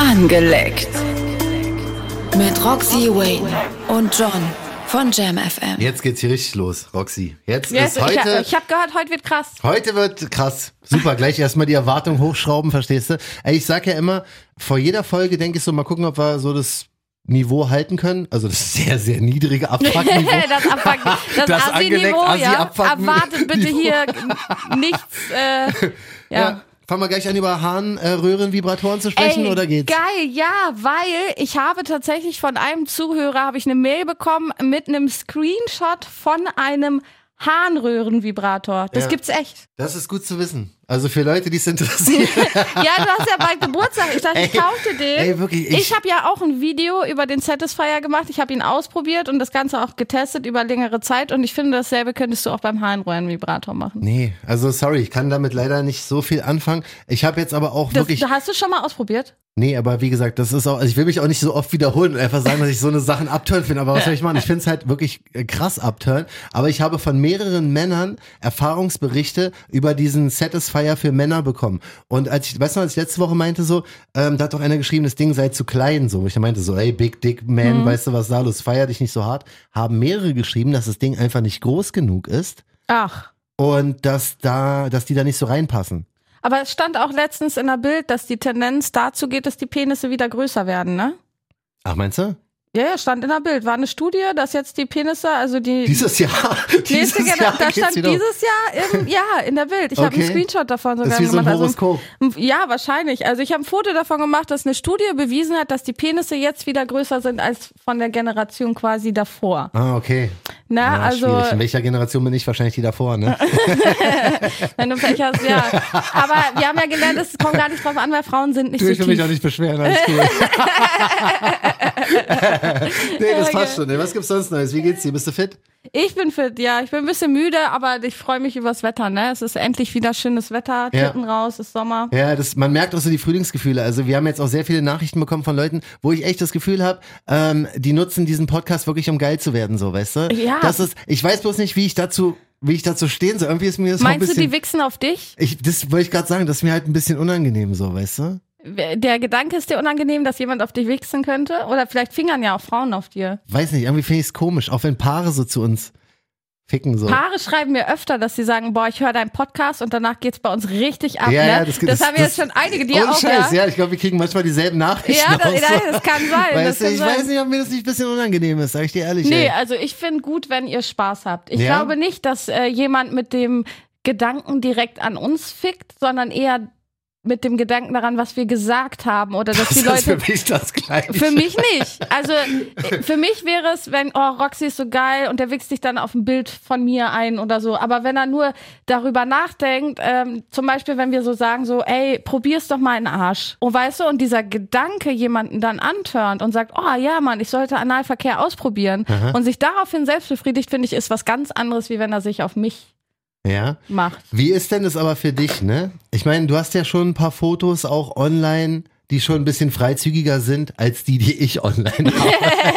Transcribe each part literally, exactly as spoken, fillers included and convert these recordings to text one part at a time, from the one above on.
Angeleckt. Mit Roxy Wayne und John von Jam F M. Jetzt geht's hier richtig los, Roxy. Jetzt yes, ist heute... Ich, ich habe gehört, heute wird krass. Heute wird krass. Super, gleich erstmal die Erwartung hochschrauben, verstehst du? Ey, ich sag ja immer, vor jeder Folge denke ich so, mal gucken, ob wir so das Niveau halten können. Also das sehr, sehr niedrige Abfuck-Niveau. das Abfuck, das, das Assi-Niveau, Assi ja. Abfucken Erwartet bitte Niveau. hier nichts, äh, ja. ja. Fangen wir gleich an, über Harnröhrenvibratoren zu sprechen, Ey, oder geht's? Geil, ja, weil ich habe tatsächlich von einem Zuhörer habe ich eine Mail bekommen mit einem Screenshot von einem Harnröhrenvibrator. Das Ja. gibt's echt. Das ist gut zu wissen. Also für Leute, die es interessieren. Ja, du hast ja bald Geburtstag. Ich dachte, ich Ey, kaufe den. ey, wirklich, ich- ich habe ja auch ein Video über den Satisfier gemacht. Ich habe ihn ausprobiert und das Ganze auch getestet über längere Zeit. Und ich finde, dasselbe könntest du auch beim Harnröhrenvibrator machen. Nee, also sorry, ich kann damit leider nicht so viel anfangen. Ich habe jetzt aber auch Das, wirklich... hast du schon mal ausprobiert? Nee, aber wie gesagt, das ist auch, also ich will mich auch nicht so oft wiederholen und einfach sagen, dass ich so eine Sachen abturn finde, aber was soll ich machen? Ich finde es halt wirklich krass abturn, aber ich habe von mehreren Männern Erfahrungsberichte über diesen Satisfier für Männer bekommen. Und als ich, weißt du, als ich letzte Woche meinte so, ähm, da hat doch einer geschrieben, das Ding sei zu klein, so. Ich meinte so, ey, Big Dick Man, mhm. weißt du was da los, feier dich nicht so hart. Haben mehrere geschrieben, dass das Ding einfach nicht groß genug ist. Ach. Und dass da, dass die da nicht so reinpassen. Aber es stand auch letztens in der Bild, dass die Tendenz dazu geht, dass die Penisse wieder größer werden, ne? Ach, meinst du? Ja, ja, stand in der Bild. War eine Studie, dass jetzt die Penisse, also die... Dieses Jahr? Nächste dieses Jahr, Jahr da geht's stand wieder. dieses Jahr im, ja, in der Bild. Ich habe Okay. einen Screenshot davon sogar Das ist wie so ein gemacht. Horoskop. Also, ja, wahrscheinlich. Also ich habe ein Foto davon gemacht, dass eine Studie bewiesen hat, dass die Penisse jetzt wieder größer sind als von der Generation quasi davor. Ah, okay. Na, Ja, also schwierig. In welcher Generation bin ich? Wahrscheinlich die davor, ne? wenn du Pech hast, ja. Aber wir haben ja gelernt, es kommt gar nicht drauf an, weil Frauen sind nicht Du, so ich will mich tief. auch nicht beschweren, alles cool. Nee, das passt schon. Was gibt's sonst Neues? Wie geht's dir? Bist du fit? Ich bin fit, ja. Ich bin ein bisschen müde, aber ich freue mich übers Wetter, ne? Es ist endlich wieder schönes Wetter, Ja. Titten raus, ist Sommer. Ja, das, man merkt auch so die Frühlingsgefühle. Also wir haben jetzt auch sehr viele Nachrichten bekommen von Leuten, wo ich echt das Gefühl habe, ähm, die nutzen diesen Podcast wirklich, um geil zu werden, so, weißt du? Ja. Das ist, ich weiß bloß nicht, wie ich dazu, wie ich dazu stehen soll. Irgendwie ist mir das auch ein Meinst du, bisschen... die wichsen auf dich? ich, das wollte ich gerade sagen, das ist mir halt ein bisschen unangenehm, so, weißt du? Der Gedanke ist dir unangenehm, dass jemand auf dich wichsen könnte? Oder vielleicht fingern ja auch Frauen auf dir. Weiß nicht, irgendwie finde ich es komisch, auch wenn Paare so zu uns ficken, so. Paare schreiben mir öfter, dass sie sagen, boah, ich höre deinen Podcast und danach geht's bei uns richtig ab. Ja, ne? ja, das, das, das haben wir das, jetzt schon einige, die ohne auch, Scheiß, ja. ja. Ich glaube, wir kriegen manchmal dieselben Nachrichten. Ja, das, auch so. ja, das kann sein. das Weißt du, kann ich sein. weiß nicht, ob mir das nicht ein bisschen unangenehm ist, sag ich dir ehrlich. Nee, ey. also ich finde gut, wenn ihr Spaß habt. Ich Ja? glaube nicht, dass äh, jemand mit dem Gedanken direkt an uns fickt, sondern eher mit dem Gedanken daran, was wir gesagt haben oder dass Das die Leute... ist für mich das Gleiche. Für mich nicht. Also äh, für mich wäre es, wenn, oh, Roxy ist so geil und der wichst sich dann auf ein Bild von mir ein oder so. Aber wenn er nur darüber nachdenkt, ähm, zum Beispiel, wenn wir so sagen, so, ey, probier's doch mal in den Arsch. Und weißt du, und dieser Gedanke jemanden dann antörnt und sagt, oh ja, Mann, ich sollte Analverkehr ausprobieren Aha. und sich daraufhin selbst befriedigt, finde ich, ist was ganz anderes, wie wenn er sich auf mich Ja. macht. Wie ist denn das aber für dich, ne? Ich meine, du hast ja schon ein paar Fotos auch online, die schon ein bisschen freizügiger sind, als die, die ich online habe.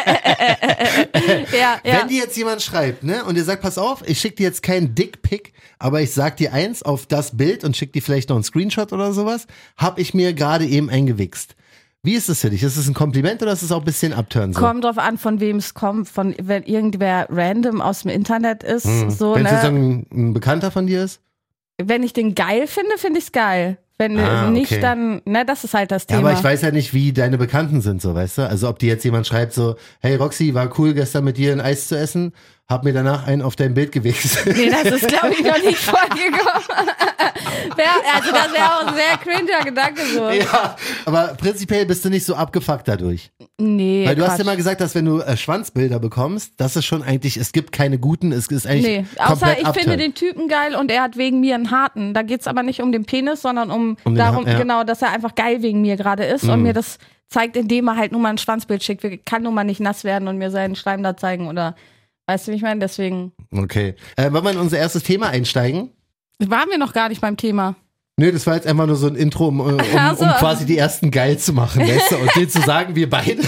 Ja, ja. Wenn dir jetzt jemand schreibt, ne, und dir sagt, pass auf, ich schicke dir jetzt keinen Dickpick, aber ich sag dir eins auf das Bild und schick dir vielleicht noch einen Screenshot oder sowas, hab ich mir gerade eben eingewichst. Wie ist das für dich? Ist es ein Kompliment oder ist es auch ein bisschen abturn so? Kommt drauf an, von wem es kommt, von wenn irgendwer random aus dem Internet ist. Hm. So, Wenn es ne? jetzt ein, ein Bekannter von dir ist? Wenn ich den geil finde, finde ich es geil. Wenn Ah, nicht, okay. dann, ne, das ist halt das Ja, Thema. aber ich weiß ja nicht, wie deine Bekannten sind, so, weißt du? Also ob dir jetzt jemand schreibt so, hey Roxy, war cool gestern mit dir ein Eis zu essen, hab mir danach einen auf dein Bild gewichst. Nee, das ist, glaube ich, noch nicht vorgekommen. Wär, also das wäre auch ein sehr cringer Gedanke so. Ja, aber prinzipiell bist du nicht so abgefuckt dadurch. Nee, Weil du hast Quatsch. ja mal gesagt, dass wenn du äh, Schwanzbilder bekommst, das ist schon eigentlich, es gibt keine guten, es ist eigentlich Nee, außer komplett ich abturn. finde den Typen geil und er hat wegen mir einen harten. Da geht's aber nicht um den Penis, sondern um, Um den darum, Ha- ja. genau, dass er einfach geil wegen mir gerade ist und Mhm. mir das zeigt, indem er halt nur mal ein Schwanzbild schickt. Wir- Kann nur mal nicht nass werden und mir seinen Schleim da zeigen oder, weißt du, wie ich meine? Deswegen Okay. Äh, wollen wir in unser erstes Thema einsteigen? waren wir noch gar nicht beim Thema. Nö, das war jetzt einfach nur so ein Intro, um, um, Ach so. um quasi die ersten geil zu machen, weißt du? Und denen zu sagen, wir beide,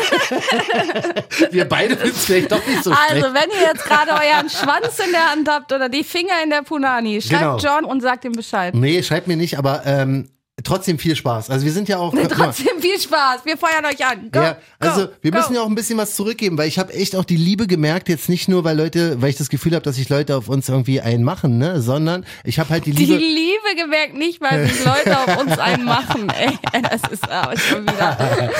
wir beide finden es vielleicht doch nicht so Also, schlecht. wenn ihr jetzt gerade euren Schwanz in der Hand habt oder die Finger in der Punani, schreibt Genau. John und sagt ihm Bescheid. Nee, schreib mir nicht, aber ähm, trotzdem viel Spaß. Also wir sind ja auch... Trotzdem viel Spaß. Wir feuern euch an. Go, ja, also go, wir go. müssen ja auch ein bisschen was zurückgeben, weil ich habe echt auch die Liebe gemerkt, jetzt nicht nur, weil Leute, weil ich das Gefühl habe, dass sich Leute auf uns irgendwie einen machen, ne, sondern ich habe halt die Liebe... Die Liebe gemerkt nicht, weil sich Leute auf uns einen machen, ey. Das ist auch schon wieder...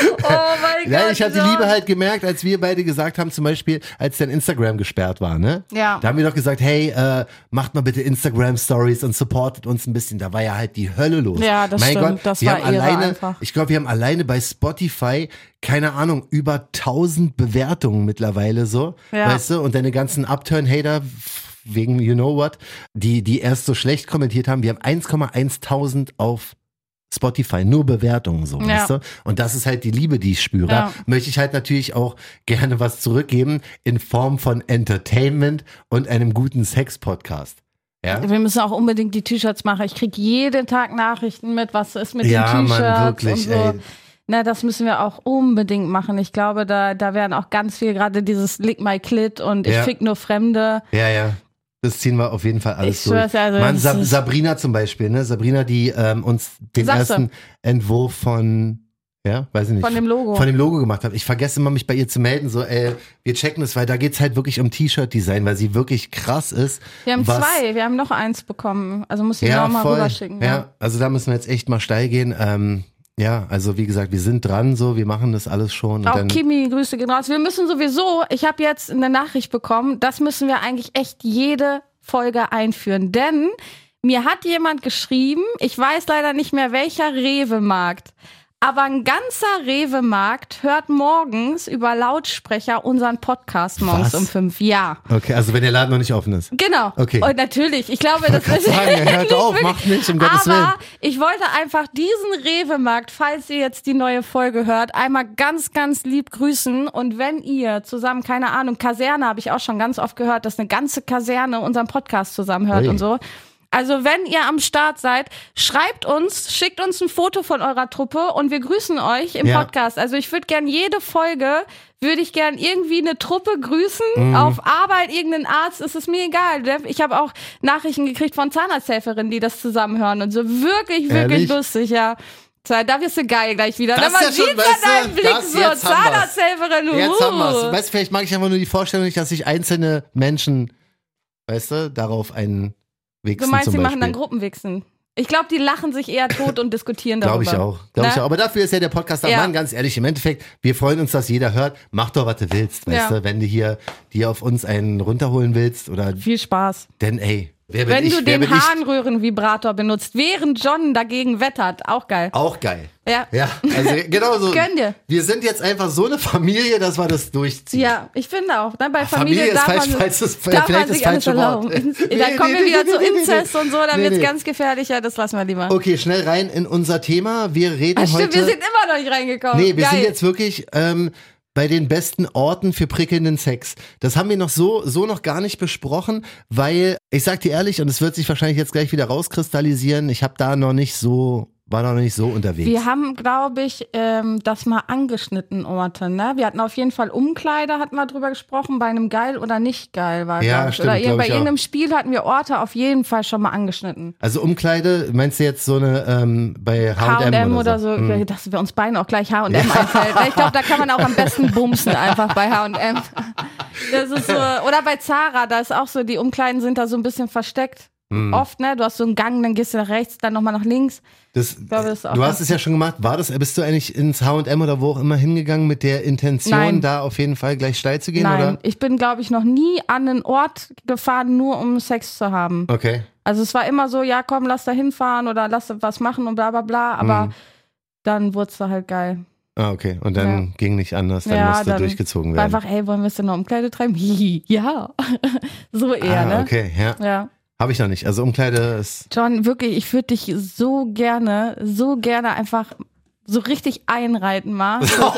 Oh mein Gott. Ja, ich habe so. die Liebe halt gemerkt, als wir beide gesagt haben, zum Beispiel, als dein Instagram gesperrt war, ne? Ja. Da haben wir doch gesagt, hey, äh, macht mal bitte Instagram-Stories und supportet uns ein bisschen. Da war ja halt die Hölle los. Ja, das mein stimmt. Gott, Das wir war haben irre alleine, einfach. ich glaube, wir haben alleine bei Spotify, keine Ahnung, über tausend Bewertungen mittlerweile so, Ja. weißt du? Und deine ganzen Upturn-Hater wegen you know what, die, die erst so schlecht kommentiert haben, wir haben eins Komma eins tausend auf Spotify, nur Bewertungen so, Ja. weißt du? Und das ist halt die Liebe, die ich spüre. Ja. Möchte ich halt natürlich auch gerne was zurückgeben in Form von Entertainment und einem guten Sex-Podcast. Ja? Wir müssen auch unbedingt die T-Shirts machen. Ich kriege jeden Tag Nachrichten mit, was ist mit Ja, den Mann, T-Shirts wirklich, und so. ey. Na, das müssen wir auch unbedingt machen. Ich glaube, da, da werden auch ganz viel, gerade dieses Lick my Clit und ich Ja. fick nur Fremde. Ja, ja. Das ziehen wir auf jeden Fall alles Ich durch. schwör's, also Mann, das Sab ist- Sabrina zum Beispiel, ne? Sabrina, die ähm, uns den Sag's ersten Entwurf von, ja, weiß ich nicht. Von dem Logo. Von dem Logo gemacht hat. Ich vergesse immer, mich bei ihr zu melden, so, ey, wir checken das, weil da geht's halt wirklich um T-Shirt-Design, weil sie wirklich krass ist. Wir haben was, zwei, wir haben noch eins bekommen. Also muss ich Ja, noch mal voll. rüberschicken. Ja, also da müssen wir jetzt echt mal steil gehen. Ähm, ja, also wie gesagt, wir sind dran, so, wir machen das alles schon. Und Auch dann, Kimi, Grüße gehen raus. Wir müssen sowieso, ich habe jetzt eine Nachricht bekommen, das müssen wir eigentlich echt jede Folge einführen. Denn mir hat jemand geschrieben, ich weiß leider nicht mehr welcher Rewe-Markt, aber ein ganzer Rewe-Markt hört morgens über Lautsprecher unseren Podcast morgens Was? um fünf. Ja. Okay, also wenn der Laden noch nicht offen ist. Genau. Okay. Und natürlich, ich glaube, das grad ist sagen, hört nicht auf, wirklich- macht nicht, um Gottes Willen. Aber ich wollte einfach diesen Rewe-Markt, falls ihr jetzt die neue Folge hört, einmal ganz, ganz lieb grüßen. Und wenn ihr zusammen, keine Ahnung, Kaserne habe ich auch schon ganz oft gehört, dass eine ganze Kaserne unseren Podcast zusammen hört Ui. und so. Also wenn ihr am Start seid, schreibt uns, schickt uns ein Foto von eurer Truppe und wir grüßen euch im Ja. Podcast. Also ich würde gern jede Folge, würde ich gern irgendwie eine Truppe grüßen, Mhm. auf Arbeit, irgendeinen Arzt, ist es mir egal. Ich habe auch Nachrichten gekriegt von Zahnarzthelferinnen, die das zusammenhören und so. Wirklich, wirklich Ehrlich? sich, ja. Da wirst du geil gleich wieder. Das Na, man ist ja schon, sieht weißt an du, deinem Blick das- so, jetzt haben wir's. Zahnarzthelferin, Jetzt haben wir's. uh. Weißt du, vielleicht mag ich einfach nur die Vorstellung nicht, dass sich einzelne Menschen, weißt du, darauf einen wichsen Du meinst, zum die Beispiel. machen dann Gruppenwichsen? Ich glaube, die lachen sich eher tot und diskutieren Glaube darüber. ich auch. Glaube ich Ne? auch. Aber dafür ist ja der Podcast da. Ja. Mann, ganz ehrlich, im Endeffekt, wir freuen uns, dass jeder hört. Mach doch, was du willst, weißt Ja. du, wenn du hier dir auf uns einen runterholen willst oder, Viel Spaß. denn ey, wer bin Wenn ich, du wer den bin ich? Harnröhrenvibrator benutzt, während John dagegen wettert, auch geil. Auch geil. Ja. Ja, also genau so. Gönn dir. Wir sind jetzt einfach so eine Familie, dass wir das durchziehen. Ja, ich finde auch. Ne? Bei Familie Familie, ist darf falsch, man, falls es- darf vielleicht man das sich alles falsche erlauben. Wort. In- Nee, Dann kommen nee, wir nee, wieder nee, zu nee, nee, Inzest und so, dann nee, wird's nee. ganz gefährlicher, das lassen wir lieber. Okay, schnell rein in unser Thema. Wir reden Ah, stimmt, heute. wir sind immer noch nicht reingekommen. Nee, wir Geil. sind jetzt wirklich ähm, bei den besten Orten für prickelnden Sex. Das haben wir noch so, so noch gar nicht besprochen, weil, ich sag dir ehrlich, und es wird sich wahrscheinlich jetzt gleich wieder rauskristallisieren, ich habe da noch nicht so, war noch nicht so unterwegs. Wir haben, glaube ich, ähm, das mal angeschnitten, Orte, ne? Wir hatten auf jeden Fall Umkleider, hatten wir drüber gesprochen, bei einem geil oder nicht geil war, Ja, glaub ich. stimmt, Oder glaub bei ich auch. irgendeinem Spiel hatten wir Orte auf jeden Fall schon mal angeschnitten. Also Umkleide, meinst du jetzt so eine ähm, bei H H und und M M oder so, Hm. ja, dass wir uns beiden auch gleich H und M einfällt. Ich glaube, da kann man auch am besten bumsen einfach bei H und M. Das ist so, oder bei Zara, da ist auch so, die Umkleiden sind da so ein bisschen versteckt. Hm. Oft, ne? Du hast so einen Gang, dann gehst du nach rechts, dann nochmal nach links. Das, glaube, das ist auch du ganz hast es ja schon gemacht. War das, bist du eigentlich ins H und M oder wo auch immer hingegangen mit der Intention, Nein. da auf jeden Fall gleich steil zu gehen, Nein, oder? ich bin, glaube ich, noch nie an einen Ort gefahren, nur um Sex zu haben. Okay. Also es war immer so, ja komm, lass da hinfahren oder lass was machen und bla bla bla, aber Mhm. dann wurde es da halt geil. Ah, okay. Und dann Ja. ging nicht anders, dann Ja, musste dann durchgezogen War werden. einfach, ey, wollen wir es denn noch Umkleide treiben? Hihi, ja. So eher, ah, ne? okay, ja. Ja. Habe ich noch nicht. Also Umkleide ist. John, wirklich, ich würde dich so gerne, so gerne einfach so richtig einreiten mal.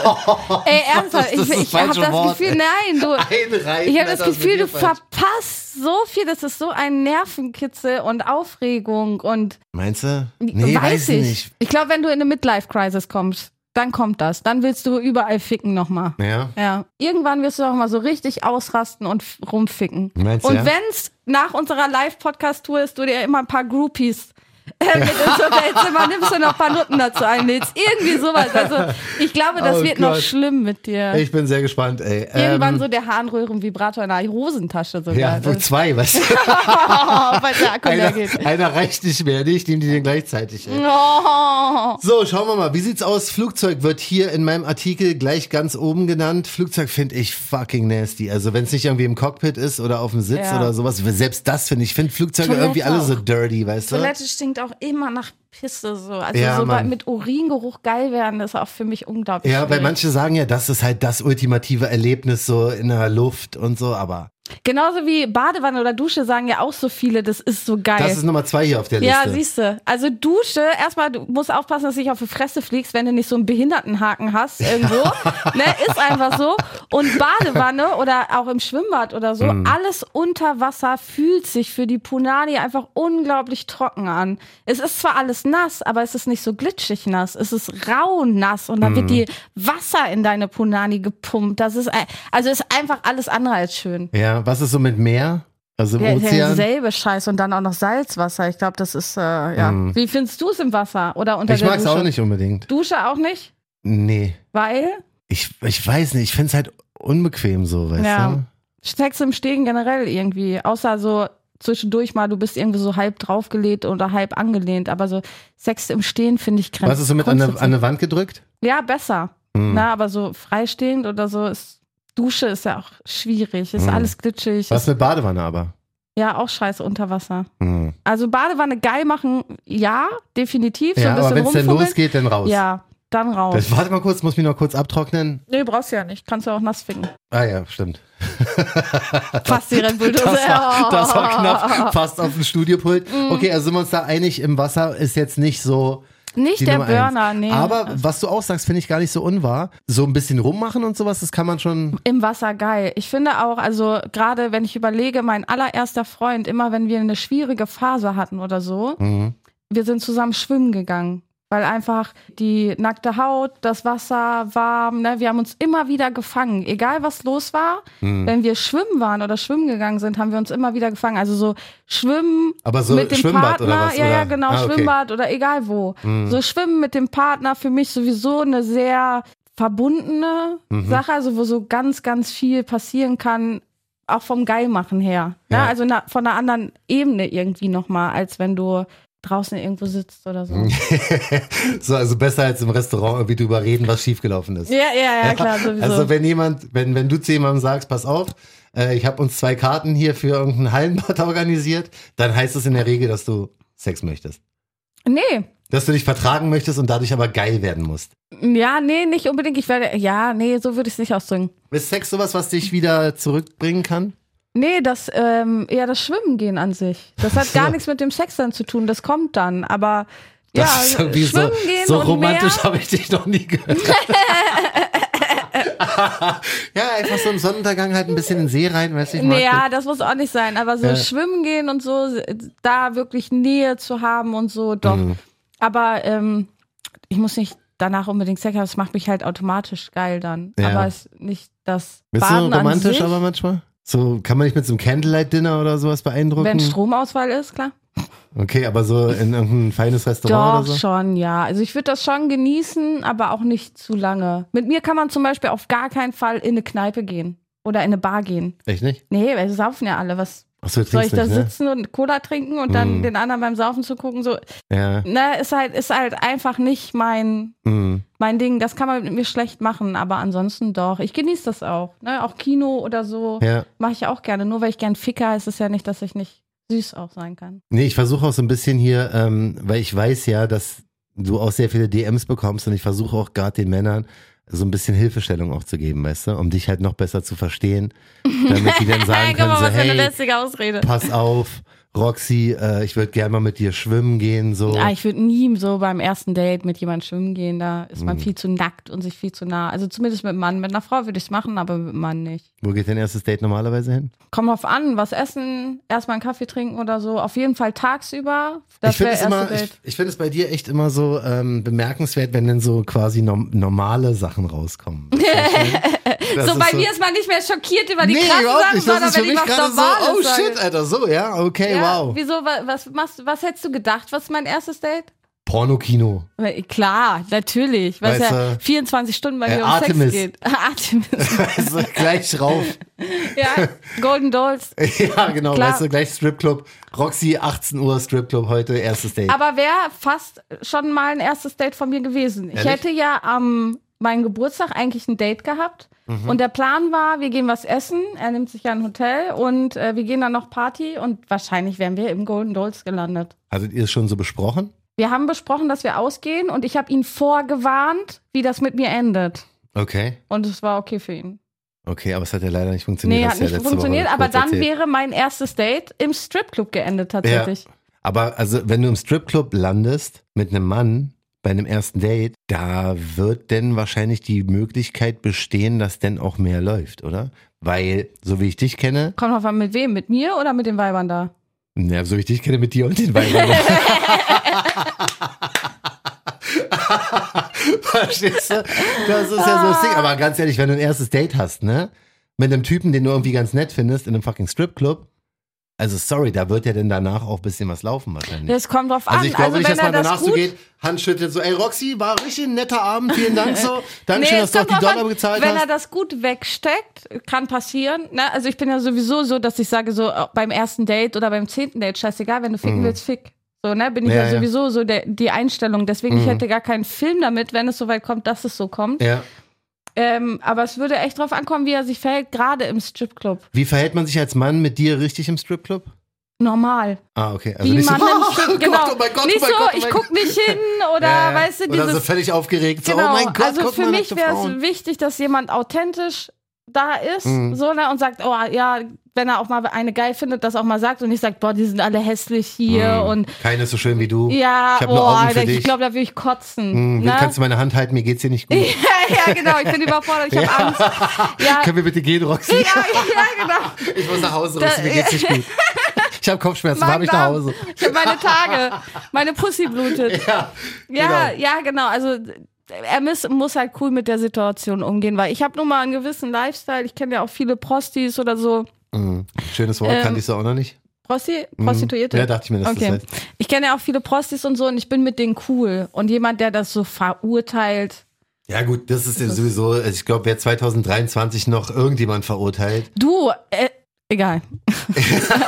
Ey, ernsthaft, Das ist ich, das ich habe falsche das Wort, Gefühl, ey. nein, du, Einreiten, ich habe das Alter, was Gefühl, mit du dir falsch? verpasst so viel, das ist so ein Nervenkitzel und Aufregung und Meinst du? Nee, weiß ich nicht. Ich glaube, wenn du in eine Midlife-Crisis kommst, dann kommt das. Dann willst du überall ficken nochmal. Ja. Ja. Irgendwann wirst du auch mal so richtig ausrasten und f- rumficken. Meinst du, und ja? wenn's nach unserer Live-Podcast-Tour ist, du dir immer ein paar Groupies äh, mit ins Hotelzimmer, nimmst du noch ein paar Nutten dazu ein, lädst. Irgendwie sowas. Also ich glaube, das Oh wird Gott. noch schlimm mit dir. Ich bin sehr gespannt, ey. Irgendwann Ähm, so der Harnröhrenvibrator in der Hosentasche sogar. ja, wohl Das- zwei, weißt du? Oh, weil der Akku leer einer, geht. einer reicht nicht mehr, ich nehme die den gleichzeitig, ey. Oh. So, schauen wir mal, wie sieht's aus? Flugzeug wird hier in meinem Artikel gleich ganz oben genannt. Flugzeug finde ich fucking nasty. Also wenn es nicht irgendwie im Cockpit ist oder auf dem Sitz Ja. oder sowas, selbst das finde ich, ich finde Flugzeuge Toilette irgendwie alle so auch. dirty, weißt du? Toilette stinkt auch immer nach Pisse so. Also Ja, so bei, Mann. mit Uringeruch geil werden, ist auch für mich unglaublich Ja, weil schwierig. manche sagen ja, das ist halt das ultimative Erlebnis so in der Luft und so, aber Genauso wie Badewanne oder Dusche sagen ja auch so viele, das ist so geil. das ist Nummer zwei hier auf der Liste. Ja, siehst du. Also Dusche, erstmal, du musst aufpassen, dass du nicht auf die Fresse fliegst, wenn du nicht so einen Behindertenhaken hast irgendwo. Ne, ist einfach so. Und Badewanne oder auch im Schwimmbad oder so, Mhm. alles unter Wasser fühlt sich für die Punani einfach unglaublich trocken an. Es ist zwar alles nass, aber es ist nicht so glitschig nass. Es ist rau nass und dann Mhm. wird die Wasser in deine Punani gepumpt. Das ist, ein- also ist einfach alles andere als schön. Ja, was ist so mit Meer? Also im Ja, Ozean? derselbe Scheiß und dann auch noch Salzwasser. Ich glaube, das ist, äh, ja. Wie findest du es im Wasser oder unter Ich der mag's Dusche? auch nicht unbedingt. Dusche auch nicht? Nee. Weil? Ich, ich weiß nicht, ich find's halt unbequem so, weißt Ja. du? Sex im Stehen generell irgendwie. Außer so zwischendurch mal, du bist irgendwie so halb draufgelehnt oder halb angelehnt. Aber so Sex im Stehen finde ich grenzwertig. Was ist so mit an eine, an eine Wand gedrückt? Ja, besser. Hm. Na, aber so freistehend oder so ist. Dusche ist ja auch schwierig. Ist Hm. alles glitschig. Was Ist, mit Badewanne aber? ja, auch scheiße unter Wasser. Hm. Also Badewanne geil machen, ja, definitiv. So Ja, ein bisschen aber wenn es denn rumfummeln. losgeht, dann raus. Ja, dann raus. Das, warte mal kurz, muss mich noch kurz abtrocknen. Nee, brauchst du ja nicht. Kannst du auch nass ficken. Ah ja, stimmt. Fast die Red Bull-Dose. Das war, das war Oh. knapp, fast auf dem Studiopult. Mhm. Okay, also sind wir uns da einig, im Wasser ist jetzt nicht so Nicht die der Nummer Burner, eins. nee. Aber was du auch sagst, finde ich gar nicht so unwahr. So ein bisschen rummachen und sowas, das kann man schon. Im Wasser geil. Ich finde auch, also gerade wenn ich überlege, mein allererster Freund, immer wenn wir eine schwierige Phase hatten oder so, Mhm. wir sind zusammen schwimmen gegangen. Weil einfach die nackte Haut, das Wasser, warm, ne, wir haben uns immer wieder gefangen. Egal was los war, Mhm. wenn wir schwimmen waren oder schwimmen gegangen sind, haben wir uns immer wieder gefangen. Also so schwimmen Aber so mit dem Schwimmbad Partner, oder was? ja, oder? ja, genau, Ah, okay. Schwimmbad oder egal wo. So schwimmen mit dem Partner für mich sowieso eine sehr verbundene Mhm. Sache, also wo so ganz, ganz viel passieren kann, auch vom Geilmachen her. Ne? Ja. Also na, von einer anderen Ebene irgendwie nochmal, als wenn du draußen irgendwo sitzt oder so. So, also besser als im Restaurant irgendwie drüber reden, was schiefgelaufen ist. Ja, ja, ja, klar, sowieso. Also wenn jemand, wenn, wenn du zu jemandem sagst, pass auf, äh, ich habe uns zwei Karten hier für irgendein Hallenbad organisiert, dann heißt es in der Regel, dass du Sex möchtest. nee, Dass du dich vertragen möchtest und dadurch aber geil werden musst. ja, nee, nicht unbedingt. Ich werde, ja, nee, so würde ich es nicht ausdrücken. Ist Sex sowas, was dich wieder zurückbringen kann? Nee, das, ähm, eher das Schwimmen gehen an sich. Das hat Ach so. gar nichts mit dem Sex dann zu tun, das kommt dann. Aber ja, Das ist irgendwie so, schwimmen gehen so und romantisch Meer. habe ich dich noch nie gehört. Ja, einfach so im Sonnenuntergang halt ein bisschen in den See rein, weißt du, ich mag Nee, ja, das. das muss auch nicht sein. Aber so Ja. schwimmen gehen und so, da wirklich Nähe zu haben und so, doch. Mhm. Aber ähm, ich muss nicht danach unbedingt Sex haben, das macht mich halt automatisch geil dann. Ja. Aber es ist nicht das Bist Baden du an romantisch sich. aber manchmal? So, kann man dich mit so einem Candlelight-Dinner oder sowas beeindrucken? Wenn Stromausfall ist, klar. Okay, aber so in irgendein feines Restaurant Doch, oder so? schon, ja. Also ich würde das schon genießen, aber auch nicht zu lange. Mit mir kann man zum Beispiel auf gar keinen Fall in eine Kneipe gehen oder in eine Bar gehen. Echt nicht? Nee, weil sie saufen ja alle. Was Achso, du soll ich trinkst da nicht, ne? sitzen und Cola trinken und dann Mm. den anderen beim Saufen zu gucken? So, Ja. ne, ist halt, ist halt einfach nicht mein, Mhm. mein Ding. Das kann man mit mir schlecht machen, aber ansonsten doch. Ich genieße das auch. Ne? Auch Kino oder so Ja. mache ich auch gerne. Nur weil ich gern ficker, ist es ja nicht, dass ich nicht süß auch sein kann. Nee, ich versuche auch so ein bisschen hier, ähm, weil ich weiß ja, dass du auch sehr viele D Ms bekommst und ich versuche auch gerade den Männern so ein bisschen Hilfestellung auch zu geben, weißt du, um dich halt noch besser zu verstehen, damit die dann sagen Guck können, mal, so, was für eine hey, lästige Ausrede. pass auf, Roxy, äh, ich würde gerne mal mit dir schwimmen gehen, so. Ja, ich würde nie so beim ersten Date mit jemandem schwimmen gehen. Da ist Mhm. man viel zu nackt und sich viel zu nah. Also zumindest mit einem Mann. Mit einer Frau würde ich es machen, aber mit einem Mann nicht. Wo geht dein erstes Date normalerweise hin? Kommt drauf an, was essen, erstmal einen Kaffee trinken oder so. Auf jeden Fall tagsüber. Das ich finde wäre es erste immer, Date. ich, ich finde es bei dir echt immer so ähm, bemerkenswert, wenn dann so quasi norm normale Sachen rauskommen. Das so ist bei so, mir ist man nicht mehr schockiert über die nee, krassen überhaupt Sachen, nicht. Das sondern ist für wenn ich mich was gerade so, Normales oh sage. shit, Alter, so, ja, okay, Ja, wow. wieso, wa- was machst du, was hättest du gedacht, was ist mein erstes Date? Pornokino. Klar, natürlich, weil es Weißt ja du, vierundzwanzig Stunden bei äh, mir um Artemis. Sex geht. Artemis. Also gleich rauf. Ja, Golden Dolls. Ja, genau, Klar. weißt du, gleich Stripclub. Roxy, achtzehn Uhr Stripclub heute, erstes Date. Aber wäre fast schon mal ein erstes Date von mir gewesen. Ich Ehrlich? hätte ja am meinem Geburtstag eigentlich ein Date gehabt. Mhm. Und der Plan war, wir gehen was essen, er nimmt sich ja ein Hotel und äh, wir gehen dann noch Party und wahrscheinlich wären wir im Golden Dolls gelandet. Hattet ihr es schon so besprochen? Wir haben besprochen, dass wir ausgehen und ich habe ihn vorgewarnt, wie das mit mir endet. Okay. Und es war okay für ihn. Okay, aber es hat ja leider nicht funktioniert. Nee, Hast hat du ja nicht letzte funktioniert, Woche aber kurz dann erzählt. wäre mein erstes Date im Stripclub geendet tatsächlich. Ja. Aber also, wenn du im Stripclub landest mit einem Mann bei einem ersten Date, da wird denn wahrscheinlich die Möglichkeit bestehen, dass denn auch mehr läuft, oder? Weil, so wie ich dich kenne, Kommt drauf an, mit wem? Mit mir oder mit den Weibern da? ja, so wie ich dich kenne, mit dir und den beiden. Verstehst du? Das ist ja so das Ding. Aber ganz ehrlich, wenn du ein erstes Date hast, ne? Mit einem Typen, den du irgendwie ganz nett findest, in einem fucking Stripclub, also sorry, da wird ja dann danach auch ein bisschen was laufen wahrscheinlich. Das kommt drauf an. Also ich glaube also nicht, wenn dass man er danach das so gut geht, Hand schüttelt, so, ey Roxy, war richtig ein netter Abend, vielen Dank so. Dankeschön, Nee, dass es du auch kommt die drauf Dollar an, gezahlt wenn hast. er das gut wegsteckt, kann passieren. Ne? Also ich bin ja sowieso so, dass ich sage, so äh, beim ersten Date oder beim zehnten Date, scheißegal, wenn du ficken Mhm. willst, fick. So, ne, bin ich Ja, ja, ja. sowieso so der, die Einstellung. Deswegen, ich Mhm. hätte gar keinen Film damit, wenn es so weit kommt, dass es so kommt. Ja. Ähm, aber es würde echt drauf ankommen, wie er sich verhält, gerade im Stripclub. Wie verhält man sich als Mann mit dir richtig im Stripclub? Normal. Ah, okay. Also Wie nicht man so, im oh, Strip, Gott, genau. oh mein Gott, nicht oh mein so, Gott, oh ich mein guck nicht hin oder, Ja, ja. weißt du, Oder dieses... so völlig aufgeregt, so, Genau, oh mein Gott, also guck für mal, mich nackte wäre Frauen. es wichtig, dass jemand authentisch da ist, Mhm. so, ne, und sagt, oh ja, wenn er auch mal eine geil findet, das auch mal sagt und nicht sagt, boah, die sind alle hässlich hier Mhm. und Keine ist so schön wie du. ja, Ich hab oh, nur Augen für Alter, dich. ich glaube, da würde ich kotzen. Hm, ne? Kannst du meine Hand halten, mir geht's hier nicht gut. ja, ja, genau, ich bin überfordert, ich habe Angst. Ja, Können wir bitte gehen, Roxy? ja, ja, genau. Ich muss nach Hause, Da- Roxy, mir geht's nicht gut. Ich habe Kopfschmerzen, fahr mich nach Magen-Darm. Hause. Ich habe meine Tage, meine Pussy blutet. Ja, Ja, genau. ja, genau. Also er muss, muss halt cool mit der Situation umgehen, weil ich habe nun mal einen gewissen Lifestyle. Ich kenne ja auch viele Prostis oder so. Mhm. Schönes Wort, Ähm, kannte ich so auch noch nicht. Prosti? Prostituierte? Ja, dachte ich mir, dass okay. das heißt. Ich kenne ja auch viele Prostis und so und ich bin mit denen cool. Und jemand, der das so verurteilt. Ja gut, das ist ja sowieso, also ich glaube, wer zwanzig dreiundzwanzig noch irgendjemand verurteilt. Du, äh, egal. ich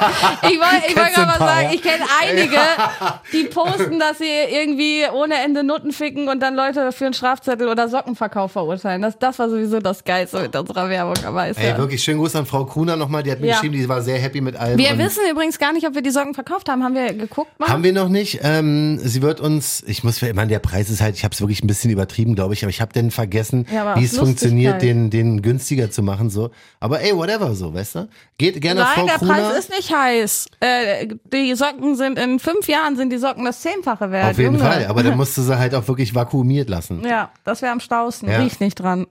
wollte ich wollt Kennst du ein gerade mal paar, sagen, ja? ich kenne einige, die posten, dass sie irgendwie ohne Ende Nutten ficken und dann Leute für einen Strafzettel oder Sockenverkauf verurteilen. Das, das war sowieso das Geilste mit unserer Werbung. Aber ist Ey, ja. wirklich schönen Gruß an Frau Kuhner nochmal, die hat mir Ja. geschrieben, die war sehr happy mit allem. Wir und wissen übrigens gar nicht, ob wir die Socken verkauft haben. Haben wir geguckt mal? Haben wir noch nicht. Ähm, sie wird uns, ich muss, ich meine, der Preis ist halt, ich habe es wirklich ein bisschen übertrieben, glaube ich, aber ich habe dann vergessen, Ja, aber wie aus es funktioniert, Lustigkeit. den, den günstiger zu machen, so. Aber ey, whatever, so, weißt du? Geht gerne auf Nein, Frau der Kuhner. Preis ist nicht heiß. Äh, die Socken sind in fünf Jahren sind die Socken das Zehnfache wert. Auf jeden Junge. Fall, aber dann musst du sie halt auch wirklich vakuumiert lassen. Ja, das wäre am stausten. Ja. Riech nicht dran.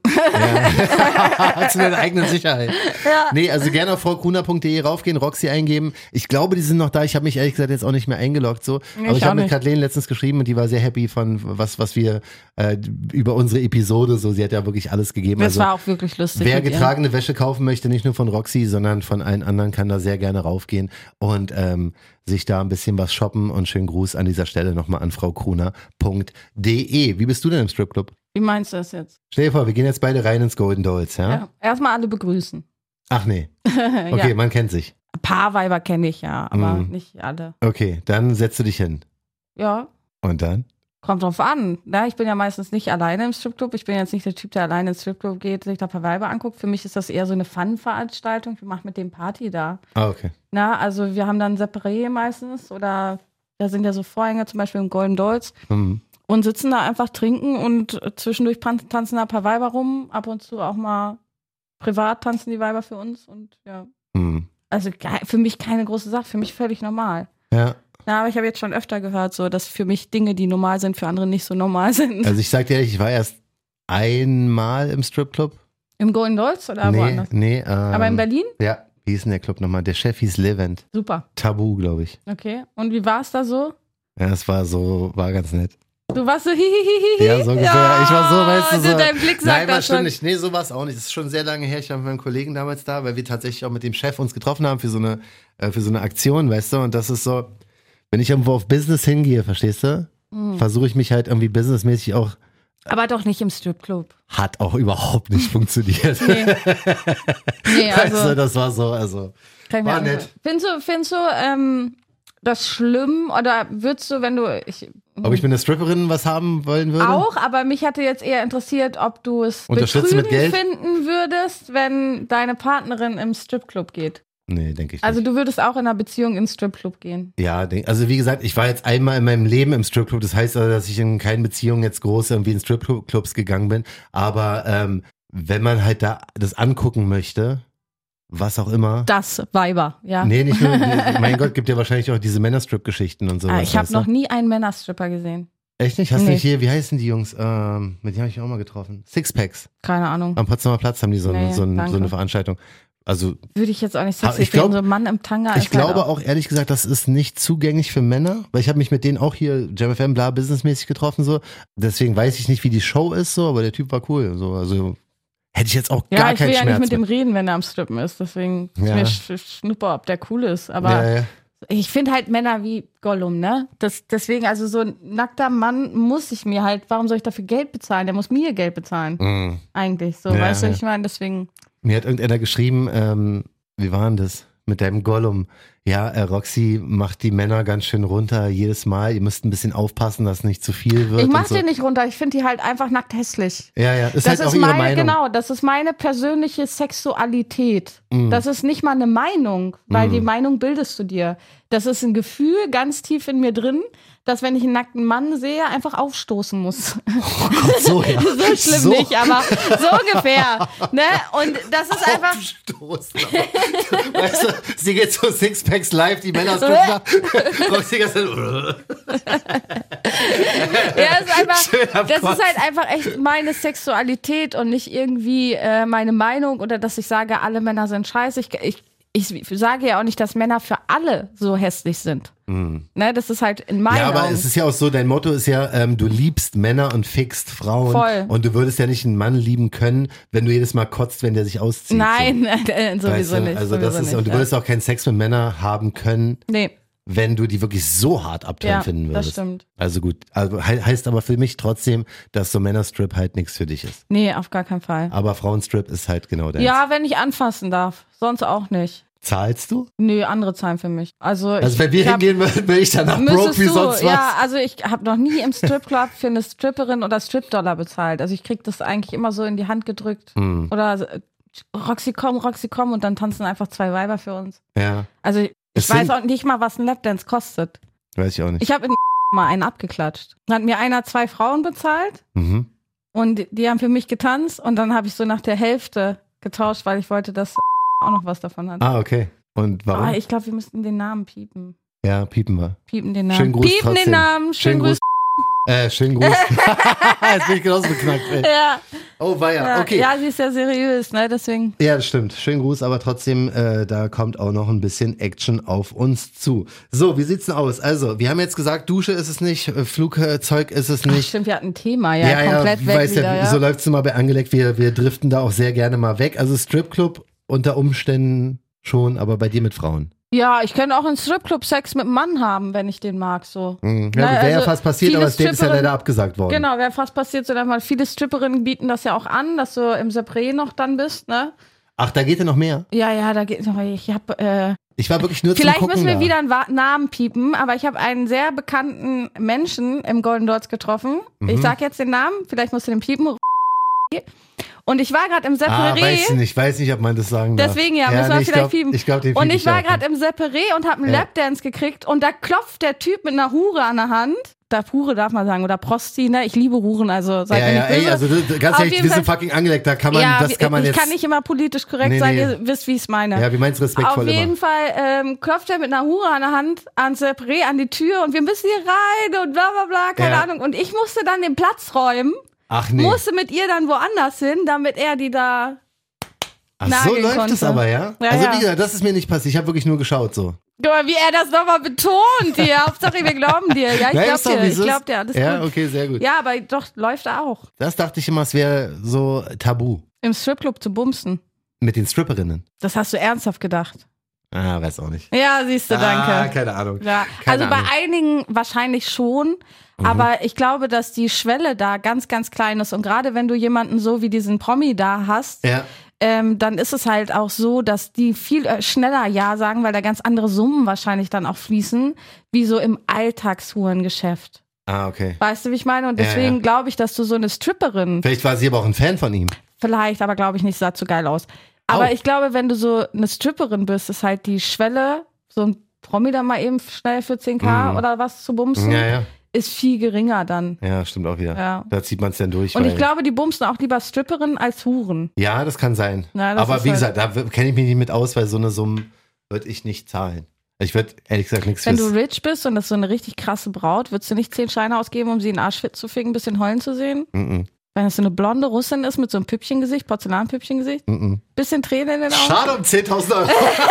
Zu deiner eigenen Sicherheit. Ja. Nee, also gerne auf fraukuhner punkt de raufgehen, Roxy eingeben. Ich glaube, die sind noch da. Ich habe mich ehrlich gesagt jetzt auch nicht mehr eingeloggt. So. Ich Aber ich auch habe mit nicht. Kathleen letztens geschrieben und die war sehr happy von was, was wir äh, über unsere Episode, so, sie hat ja wirklich alles gegeben. Das also, war auch wirklich lustig. wer mit ihr. getragene Wäsche kaufen möchte, nicht nur von Roxy, sondern von allen anderen, kann da sehr gerne raufgehen und ähm, sich da ein bisschen was shoppen. Und schönen Gruß an dieser Stelle nochmal an fraukuhner punkt de. Wie bist du denn im Stripclub? Wie meinst du das jetzt? Stell dir vor, wir gehen jetzt beide rein ins Golden Dolls, ja? Ja. Erstmal alle begrüßen. Ach nee. Okay, ja. man kennt sich. Ein paar Weiber kenne ich ja, aber Mhm. nicht alle. Okay, dann setzt du dich hin. Ja, Und dann? kommt drauf an. Ne? Ich bin ja meistens nicht alleine im Stripclub. Ich bin jetzt nicht der Typ, der alleine ins Stripclub geht, sich da ein paar Weiber anguckt. Für mich ist das eher so eine Fun-Veranstaltung. Wir machen mit dem Party da. Ah, okay. Na, also wir haben dann Separé meistens oder da sind ja so Vorhänge, zum Beispiel im Golden Dolls. Mhm. Und sitzen da einfach, trinken und zwischendurch pan- tanzen da ein paar Weiber rum. Ab und zu auch mal privat tanzen die Weiber für uns. Und ja, Mhm. also ge- für mich keine große Sache, für mich völlig normal. Ja, Ja, aber ich habe jetzt schon öfter gehört, so, dass für mich Dinge, die normal sind, für andere nicht so normal sind. also ich sag dir ehrlich, ich war erst einmal im Stripclub. Im Golden Dolls oder nee, woanders? nee. Ähm, Aber in Berlin? Ja, wie hieß denn der Club nochmal? Der Chef hieß Levent. Super. Tabu, glaube ich. Okay. Und wie war es da so? Ja, es war so, war ganz nett. Du warst so hihihihi. Ja, so ungefähr. Ja, ich war so, weißt du, so. Dein Blick sagt Nein, war das stimmt schon. nicht. Nee, so war es auch nicht. Das ist schon sehr lange her. Ich war mit meinem Kollegen damals da, weil wir tatsächlich auch mit dem Chef uns getroffen haben für so eine, äh, für so eine Aktion, weißt du. Und das ist so, wenn ich irgendwo auf Business hingehe, verstehst du, mhm. versuche ich mich halt irgendwie businessmäßig auch. Aber doch nicht im Stripclub. Hat auch überhaupt nicht funktioniert. Nee. Nee, also. Weißt du, das war so, also. War nett. Findest du, findest du ähm, das schlimm oder würdest du, wenn du. Ich, Ob ich mit einer Stripperin was haben wollen würde? Auch, aber mich hatte jetzt eher interessiert, ob du es Unterstützen mit betrügen Geld? finden würdest, wenn deine Partnerin im Stripclub geht. Nee, denke ich nicht. Also du würdest auch in einer Beziehung ins Stripclub gehen? Ja, denk, also wie gesagt, ich war jetzt einmal in meinem Leben im Stripclub. Das heißt also, dass ich in keinen Beziehungen jetzt groß irgendwie in Stripclubs gegangen bin. Aber ähm, wenn man halt da das angucken möchte, was auch immer. Das Weiber, ja. Nee, nicht nur. Mein Gott, gibt ja wahrscheinlich auch diese Männerstrip-Geschichten und sowas. Ah, ich habe weißt du? noch nie einen Männerstripper gesehen. Echt nicht? Hast du Nee. nicht hier, wie heißen die Jungs? Ähm, mit denen habe ich auch mal getroffen. Sixpacks. Keine Ahnung. Am Potsdamer Platz haben die so, Nee, ein, so, ein, danke. so eine Veranstaltung. Also Würde ich jetzt auch nicht Aber sexy ich glaub- finden. So ein Mann im Tanga ich ist halt glaube auch. auch ehrlich gesagt, das ist nicht zugänglich für Männer, weil ich habe mich mit denen auch hier Jam F M bla businessmäßig getroffen so. Deswegen weiß ich nicht, wie die Show ist so, aber der Typ war cool so. Also hätte ich jetzt auch Ja, gar ich will keinen ja Schmerz nicht mit dem reden, wenn er am Strippen ist. Deswegen ist Ja. mir sch- schnupper, ob der cool ist. Aber Ja, ja. ich finde halt Männer wie Gollum, ne? Das, deswegen, also so ein nackter Mann muss ich mir halt, warum soll ich dafür Geld bezahlen? Der muss mir Geld bezahlen. Mhm. Eigentlich so, Ja, weißt du, ja. ich meine, deswegen. Mir hat irgendeiner geschrieben, ähm, wie war denn das? Mit deinem Gollum. Ja, äh, Roxy macht die Männer ganz schön runter jedes Mal. Ihr müsst ein bisschen aufpassen, dass nicht zu viel wird. Ich mach und so. den nicht runter, ich finde die halt einfach nackt hässlich. Ja, ja, ist Das halt auch ist ihre meine, Meinung. genau, das ist meine persönliche Sexualität. Mhm. Das ist nicht mal eine Meinung, weil Mhm. die Meinung bildest du dir. Das ist ein Gefühl ganz tief in mir drin, dass wenn ich einen nackten Mann sehe, einfach aufstoßen muss. Oh Gott, so, ja. So schlimm so. nicht, aber so ungefähr. Ne? Und das ist einfach. Aufstoßen. Weißt du, sie geht so Sixpacks live, die Männer strippen. Roxy ganz Ja, es ist einfach, Schöner das Gott. ist halt einfach echt meine Sexualität und nicht irgendwie äh, meine Meinung oder dass ich sage, alle Männer sind scheiße. Ich, ich, ich sage ja auch nicht, dass Männer für alle so hässlich sind. Mhm. Ne, das ist halt in meinen Ja, aber Augen. es ist ja auch so, dein Motto ist ja, ähm, du liebst Männer und fixt Frauen. Voll. Und du würdest ja nicht einen Mann lieben können, wenn du jedes Mal kotzt, wenn der sich auszieht. Nein, äh, so. sowieso Weißt du? nicht. Also das sowieso ist, nicht, und du ja. würdest auch keinen Sex mit Männern haben können, Nee, wenn du die wirklich so hart abtören ja, finden das würdest. stimmt. Also gut, also he heißt aber für mich trotzdem, dass so Männerstrip halt nichts für dich ist. Nee, auf gar keinen Fall. Aber Frauenstrip ist halt genau deins. Ja, wenn ich anfassen darf. Sonst auch nicht. Zahlst du? Nö, andere zahlen für mich. Also, Also ich, wenn wir ich hab- hingehen würden, bin ich danach broke Müsstest wie du, sonst was. ja, also ich habe noch nie im Stripclub für eine Stripperin oder Stripdollar bezahlt. Also ich krieg das eigentlich immer so in die Hand gedrückt. Hm. Oder so, Roxy komm, Roxy komm und dann tanzen einfach zwei Weiber für uns. Ja, Also ich Es weiß sind- auch nicht mal, was ein Lapdance kostet. weiß ich auch nicht. Ich habe in mal einen abgeklatscht. Dann hat mir einer zwei Frauen bezahlt Mhm. und die haben für mich getanzt und dann habe ich so nach der Hälfte getauscht, weil ich wollte, dass auch noch was davon hat. Ah, okay. Und warum? Ah, ich glaube, wir müssten den Namen piepen. Ja, piepen wir. Piepen den Namen. Schönen Gruß piepen trotzdem. den Namen. Schönen Schönen Gruß. Äh, schönen Gruß. Jetzt bin ich genauso beknackt. Ey. Ja. Oh, weia, Ja, okay. ja, sie ist ja seriös, ne? Deswegen. Ja, das stimmt. Schönen Gruß, aber trotzdem, äh, da kommt auch noch ein bisschen Action auf uns zu. So, wie sieht's denn aus? Also, wir haben jetzt gesagt, Dusche ist es nicht, äh, Flugzeug ist es Ach, nicht. stimmt, wir hatten ein Thema, ja, komplett weg weiß wieder, ja, ja. so läuft's immer bei Angelegt. Wir, wir driften da auch sehr gerne mal weg. Also Stripclub unter Umständen schon, aber bei dir mit Frauen. Ja, ich könnte auch in Stripclub Sex mit einem Mann haben, wenn ich den mag, so. Mhm. Na, Ja, wäre ja also fast passiert, viele aber das Date ist ja Stripperinnen- leider abgesagt worden. Genau, wäre fast passiert, so dann mal viele Stripperinnen bieten das ja auch an, dass du im Sepré noch dann bist, ne? Ach, da geht ja noch mehr. Ja, ja, da geht noch, ich hab, äh, Ich war wirklich nur vielleicht zum Gucken müssen wir da. wieder einen Wa- Namen piepen, aber ich habe einen sehr bekannten Menschen im Golden Dots getroffen. Mhm. Ich sag jetzt den Namen, vielleicht musst du den piepen. Und ich war gerade im Ah, Separé. weiß ich nicht, weiß nicht, ob man das sagen darf. Deswegen ja, müssen wir ich vielleicht glaub, piepen. Ich glaub, den Und piep ich war auch. gerade im Separé und habe einen Ja. Lapdance gekriegt und da klopft der Typ mit einer Hure an der Hand. Da Hure darf man sagen oder Prosti, ne? Ich liebe Huren, also seid Ja, mir ja, nicht böse. ey, also du- ganz Auf ehrlich, jeden wir sind Fall- fucking angelegt, da kann man, ja, das kann man ich jetzt. kann nicht immer politisch korrekt Nee, sein, nee. ihr wisst, wie ich es meine. Ja, wie meinst du respektvoll Auf jeden immer? Fall ähm, klopft er mit einer Hure an der Hand ans Separé an die Tür und wir müssen hier rein und bla bla bla, keine Ja. Ahnung. Und ich musste dann den Platz räumen, Ach nee. musste mit ihr dann woanders hin, damit er die da Ach, nageln so läuft konnte. es aber, ja? Ja, also ja. wie gesagt, das ist mir nicht passiert. Ich habe wirklich nur geschaut so. Guck mal, wie er das nochmal betont hier. Hauptsache, wir glauben dir. Ja, ich Ja, glaub ist doch, dir. wie Ich es ist. glaub dir, alles Ja, gut. okay, sehr gut. Ja, aber doch, läuft auch. Das dachte ich immer, es wäre so tabu. Im Stripclub zu bumsen. Mit den Stripperinnen. Das hast du ernsthaft gedacht. Ah, weiß auch nicht. Ja, siehst du, danke. Ah, keine Ahnung. Ja, Keine also bei Ahnung. einigen wahrscheinlich schon, Mhm. aber ich glaube, dass die Schwelle da ganz, ganz klein ist. Und gerade wenn du jemanden so wie diesen Promi da hast, Ja. ähm, dann ist es halt auch so, dass die viel äh, schneller Ja sagen, weil da ganz andere Summen wahrscheinlich dann auch fließen, wie so im Alltagshurengeschäft. Ah, okay. Weißt du, wie ich meine? Und Ja, deswegen ja. glaube ich, dass du so eine Stripperin, Vielleicht war sie aber auch ein Fan von ihm. vielleicht, aber glaube ich nicht, sah zu geil aus. Aber Au. ich glaube, wenn du so eine Stripperin bist, ist halt die Schwelle, so ein Promi da mal eben schnell für zehn K Mhm. oder was zu bumsen, Ja, ja. ist viel geringer dann. Ja, stimmt auch wieder. Ja. Da zieht man es dann durch. Und weil, ich glaube, die bumsen auch lieber Stripperinnen als Huren. Ja, das kann sein. Ja, das aber ist wie halt- gesagt, da kenne ich mich nicht mit aus, weil so eine Summe würde ich nicht zahlen. Ich würde ehrlich gesagt nichts Wenn du fürs... rich bist und das ist so eine richtig krasse Braut, würdest du nicht zehn Scheine ausgeben, um sie in den Arsch fit zu ficken, ein bisschen heulen zu sehen? Mm-mm, Wenn es so eine blonde Russin ist mit so einem Püppchengesicht, Porzellanpüppchengesicht, mm-mm. bisschen Tränen in den Augen. Schade um zehntausend Euro.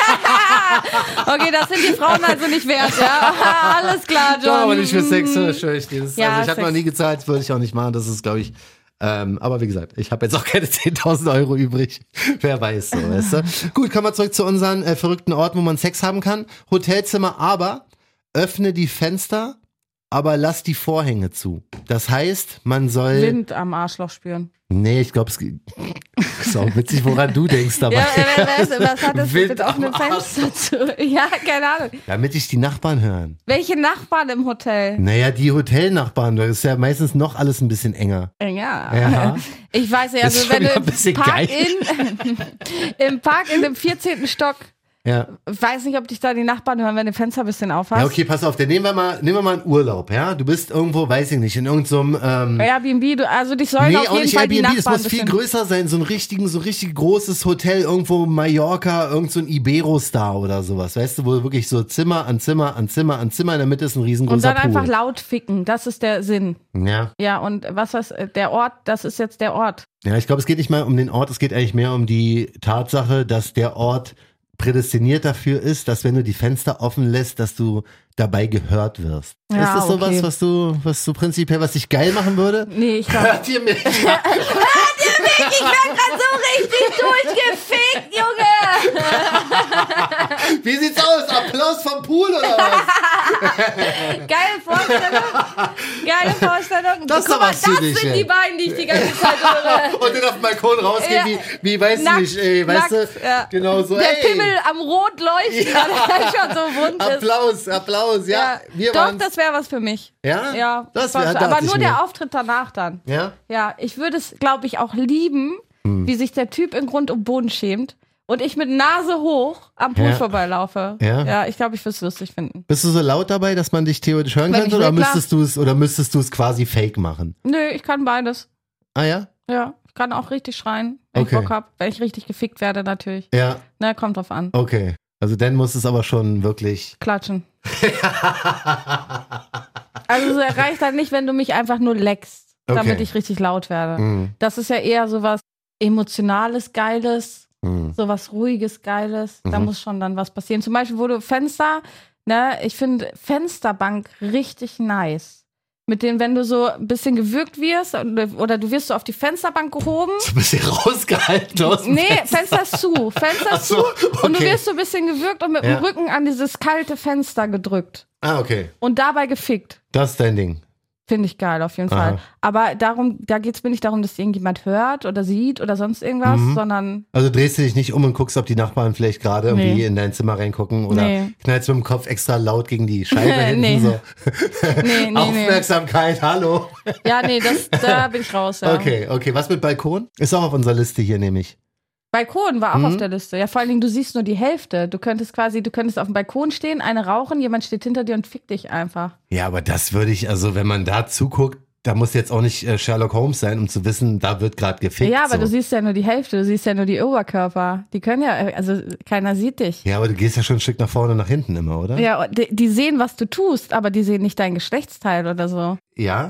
Okay, das sind die Frauen also nicht wert, ja? Alles klar, John. Doch, aber nicht für Sex, Mhm. das schwöre ich dir. Das ist- Ja, also ich habe Sex. noch nie gezahlt, würde ich auch nicht machen. Das ist, glaube ich... Ähm, aber wie gesagt, ich habe jetzt auch keine zehntausend Euro übrig. Wer weiß so, weißt du? Gut, kommen wir zurück zu unseren äh, verrückten Orten, wo man Sex haben kann. Hotelzimmer, aber öffne die Fenster, aber lass die Vorhänge zu. Das heißt, man soll... Wind am Arschloch spüren. Nee, ich glaube, es ist auch witzig, woran du denkst dabei. Ja, äh, was, was hat das Wind mit offenen am Arsch. Fenster zu? Ja, keine Ahnung. Damit dich die Nachbarn hören. Welche Nachbarn im Hotel? Naja, die Hotelnachbarn, da ist ja meistens noch alles ein bisschen enger. Ja. Ja. Ich weiß ja, Das ist also schon wenn du wieder ein im bisschen Park, geil. in, im Park in dem vierzehnten Stock, Ja. ich weiß nicht, ob dich da die Nachbarn hören, wenn du Fenster ein bisschen aufhast. Ja, okay, pass auf, dann nehmen wir mal, nehmen wir mal einen Urlaub, ja? Du bist irgendwo, weiß ich nicht, in irgendeinem, ähm, Airbnb, du, also dich sollen nee, auf auch jeden nicht Fall die Airbnb, das Nachbarn muss viel bisschen- größer sein, so ein richtigen, so richtig großes Hotel, irgendwo Mallorca, irgend so ein Ibero-Star oder sowas, weißt du, wo wirklich so Zimmer an Zimmer an Zimmer an Zimmer, in der Mitte ist ein riesengroßer Und dann Pool. einfach laut ficken, das ist der Sinn. Ja. Ja, und was was der Ort, das ist jetzt der Ort. Ja, ich glaube, es geht nicht mal um den Ort, es geht eigentlich mehr um die Tatsache, dass der Ort prädestiniert dafür ist, dass wenn du die Fenster offen lässt, dass du dabei gehört wirst. Ja, ist das sowas, okay. was du, was du prinzipiell, was dich geil machen würde? Nee, ich glaube. Hört ihr mich? Ich werd grad so richtig durchgefickt, Junge! Wie sieht's aus? Applaus vom Pool oder was? Geile Vorstellung. Geile Vorstellung. Das ist Guck doch mal, was für das dich, sind ey. die beiden, die ich die ganze Zeit höre. Und dann auf den Balkon rausgehen, Ja. wie, wie, weiß ich Nackt, nicht, ey, weißt nackt, du? ja. Genau so, Der ey. Pimmel am Rot leuchten, Ja. weil er schon so wund ist. Applaus, Applaus, ja. Ja. Wir Doch, waren's. das wäre was für mich. Ja? Ja, Das war wär, schon- dachte aber ich nur mir. der Auftritt danach dann. Ja? Ja, ich würde es, glaube ich, auch lieben, Hm. wie sich der Typ in Grund und Boden schämt und ich mit Nase hoch am Pool Ja. vorbeilaufe. Ja. Ja, ich glaube, ich würde es lustig finden. Bist du so laut dabei, dass man dich theoretisch hören Wenn könnte ich oder will, klar. müsstest du es oder müsstest du es quasi fake machen? Nö, ich kann beides. Ah ja? Ja, ich kann auch richtig schreien, wenn Okay. ich Bock hab, wenn ich richtig gefickt werde natürlich. Ja, Na, kommt drauf an. okay. Also dann muss es aber schon wirklich. Klatschen. Also es reicht halt nicht, wenn du mich einfach nur leckst, damit Okay. ich richtig laut werde. Mm, Das ist ja eher sowas Emotionales, Geiles, mm. sowas Ruhiges, Geiles. Da Mhm. muss schon dann was passieren. Zum Beispiel, wo du Fenster, ne, ich finde Fensterbank richtig nice. Mit denen, wenn du so ein bisschen gewürgt wirst oder du wirst so auf die Fensterbank gehoben. So ein bisschen rausgehalten aus dem Nee, Fenster. Fenster ist zu. Fenster Ach ist so, zu. Und du okay. wirst so ein bisschen gewürgt und mit Ja. dem Rücken an dieses kalte Fenster gedrückt. Ah, okay. Und dabei gefickt. Das ist dein Ding. Finde ich geil, auf jeden Aha. Fall. Aber darum, da geht es mir nicht darum, dass irgendjemand hört oder sieht oder sonst irgendwas, Mhm. sondern Also drehst du dich nicht um und guckst, ob die Nachbarn vielleicht gerade irgendwie Nee. in dein Zimmer reingucken oder Nee. knallst mit dem Kopf extra laut gegen die Scheibe hinten Nee. so. nee, nee, nee. Aufmerksamkeit, hallo. Ja, nee, das, da bin ich raus, ja. Okay, okay. Was mit Balkon? Ist auch auf unserer Liste hier nämlich. Balkon war auch Mhm. auf der Liste. Ja, vor allen Dingen, du siehst nur die Hälfte. Du könntest quasi, du könntest auf dem Balkon stehen, eine rauchen, jemand steht hinter dir und fickt dich einfach. Ja, aber das würde ich, also wenn man da zuguckt, da muss jetzt auch nicht äh, Sherlock Holmes sein, um zu wissen, da wird gerade gefickt. Ja, aber so. du siehst ja nur die Hälfte, du siehst ja nur die Oberkörper. Die können ja, also keiner sieht dich. Ja, aber du gehst ja schon ein Stück nach vorne und nach hinten immer, oder? Ja, und die, die sehen, was du tust, aber die sehen nicht dein Geschlechtsteil oder so. Ja?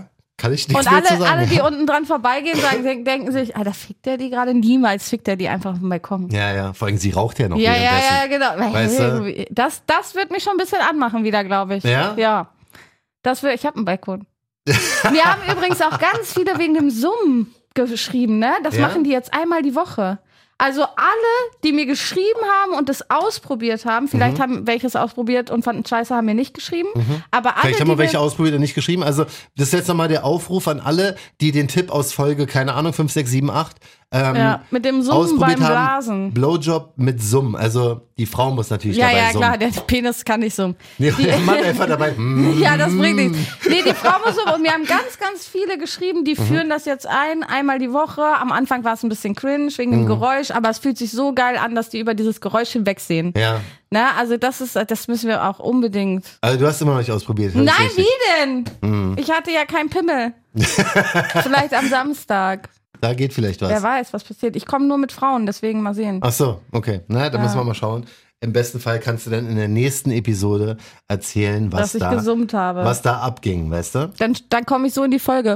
kann ich nichts Und mehr alle, zu sagen. alle, die unten dran vorbeigehen, sagen, denken, denken sich, Alter, fickt der die gerade? Niemals fickt er die einfach auf dem Balkon. Ja, ja, vor allem sie raucht ja noch Ja, ja, währenddessen. ja, genau. Weißt du? Das, das wird mich schon ein bisschen anmachen wieder, glaube ich. Ja? Ja. Das will, ich habe einen Balkon. Wir haben übrigens auch ganz viele wegen dem Summen geschrieben, ne? Das Ja? machen die jetzt einmal die Woche. Also alle, die mir geschrieben haben und das ausprobiert haben, vielleicht Mhm. haben welche es ausprobiert und fanden scheiße, haben mir nicht geschrieben, aber alle, Vielleicht haben die wir welche mir, ausprobiert und nicht geschrieben. Also das ist jetzt nochmal der Aufruf an alle, die den Tipp aus Folge, keine Ahnung, fünf, sechs, sieben, acht ähm, ja, mit dem Summen ausprobiert beim haben. Blasen. Blowjob mit Summ. Also die Frau muss natürlich Ja, dabei ja, summen. klar, der Penis kann nicht summen. Nee, der Mann einfach dabei. mm. Ja, das bringt nichts. Nee, die Frau muss so, und mir haben ganz, ganz viele geschrieben, die führen das jetzt ein, einmal die Woche. Am Anfang war es ein bisschen cringe wegen dem Geräusch, aber es fühlt sich so geil an, dass die über dieses Geräusch hinwegsehen. Ja. Na, also das ist, das müssen wir auch unbedingt. Also du hast immer noch nicht ausprobiert. das ist Nein, richtig. wie denn? Ich hatte ja keinen Pimmel. Vielleicht am Samstag. Da geht vielleicht was. Wer weiß, was passiert. Ich komme nur mit Frauen, deswegen mal sehen. Ach so, okay. Na, da Ja. müssen wir mal schauen. Im besten Fall kannst du dann in der nächsten Episode erzählen, was dass ich da, gesummt habe. was da abging, weißt du? Dann, dann komme ich so in die Folge.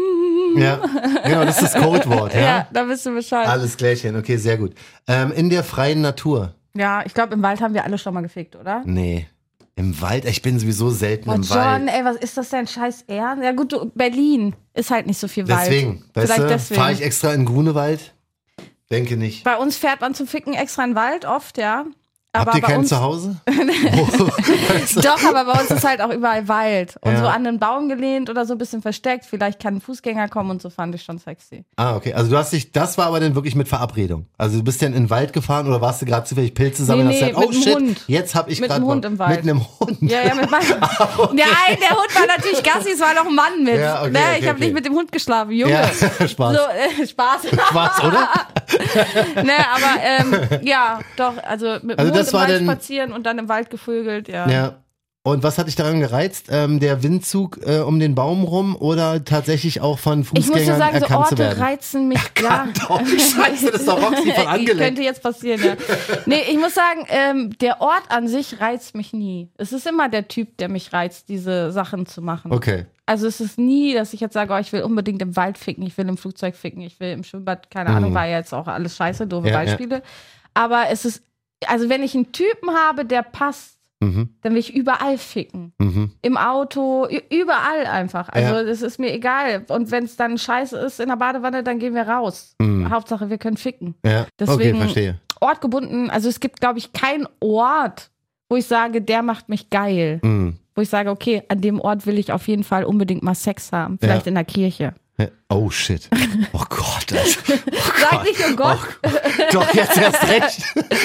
Ja, genau, das ist das Codewort, ja? Ja, da wisst ihr Bescheid. Alles klärchen, okay, sehr gut. Ähm, in der freien Natur. Ja, ich glaube, im Wald haben wir alle schon mal gefickt, oder? Nee. Im Wald? Ich bin sowieso selten Oh, im John, Wald. ey, was ist das denn? Scheiß Ernst? Ja gut, du, Berlin ist halt nicht so viel Wald. Deswegen, weißt Vielleicht du, deswegen. fahre ich extra in Grunewald? Denke nicht. Bei uns fährt man zum Ficken extra in den Wald oft, ja. Aber Habt ihr bei keinen uns, zu Hause? Oh, weißt du? Doch, aber bei uns ist halt auch überall Wald. Und Ja. so an den Baum gelehnt oder so ein bisschen versteckt. Vielleicht kann ein Fußgänger kommen und so, fand ich schon sexy. Ah, okay. Also du hast dich, das war aber dann wirklich mit Verabredung. Also du bist dann in den Wald gefahren oder warst du gerade zufällig Pilze sammeln Nee, und hast nee, gesagt, oh mit dem shit, Hund. jetzt hab ich Mit gerade dem Hund im Wald. Mit einem Hund. Ja, ja, mit meinem. Nein, der Hund war natürlich Gassi, es war noch ein Mann mit. Ja, okay, ne, okay, ich habe okay. nicht mit dem Hund geschlafen, Junge. Ja, Spaß. So, äh, Spaß. Spaß, oder? ne, aber ähm, ja, doch, also mit dem Also Hund das im war Wald denn- spazieren und dann im Wald gevögelt, ja. Ja. Und was hat dich daran gereizt? Ähm, der Windzug äh, um den Baum rum oder tatsächlich auch von Ich muss Fußgängern so sagen, so erkannt zu Orte werden? reizen mich, ja. Oh, Scheiße, das ist doch Roxy von angelenkt. Könnte jetzt passieren, ja. Nee, ich muss sagen, ähm, der Ort an sich reizt mich nie. Es ist immer der Typ, der mich reizt, diese Sachen zu machen. Okay. Also es ist nie, dass ich jetzt sage, oh, ich will unbedingt im Wald ficken, ich will im Flugzeug ficken, ich will im Schwimmbad, keine Ahnung, war ja jetzt auch alles scheiße, doofe Ja, Beispiele. Aber es ist, also wenn ich einen Typen habe, der passt, Mhm. dann will ich überall ficken. Mhm. Im Auto, ü- überall einfach. Also Ja. das ist mir egal. Und wenn es dann scheiße ist in der Badewanne, dann gehen wir raus. Mhm. Hauptsache, wir können ficken. Ja. Deswegen- Okay, verstehe. Ortgebunden, also es gibt, glaube ich, keinen Ort, wo ich sage, der macht mich geil. Mhm. Wo ich sage, okay, an dem Ort will ich auf jeden Fall unbedingt mal Sex haben. Vielleicht Ja. in der Kirche. Ja. Oh shit. Oh Gott. Alter. Sag nicht, oh Gott. Doch, jetzt erst recht.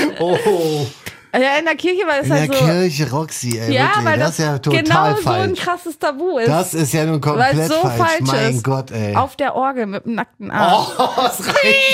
Oh. Ja, in der Kirche war es In halt der so. Kirche, Roxy, ey, Ja, wirklich. weil das das, ist ja total genau falsch. so ein krasses Tabu ist. Das ist ja nun Weil komplett es so falsch. falsch Mein ist. Gott, ey. Auf der Orgel mit dem nackten Arm. Oh, das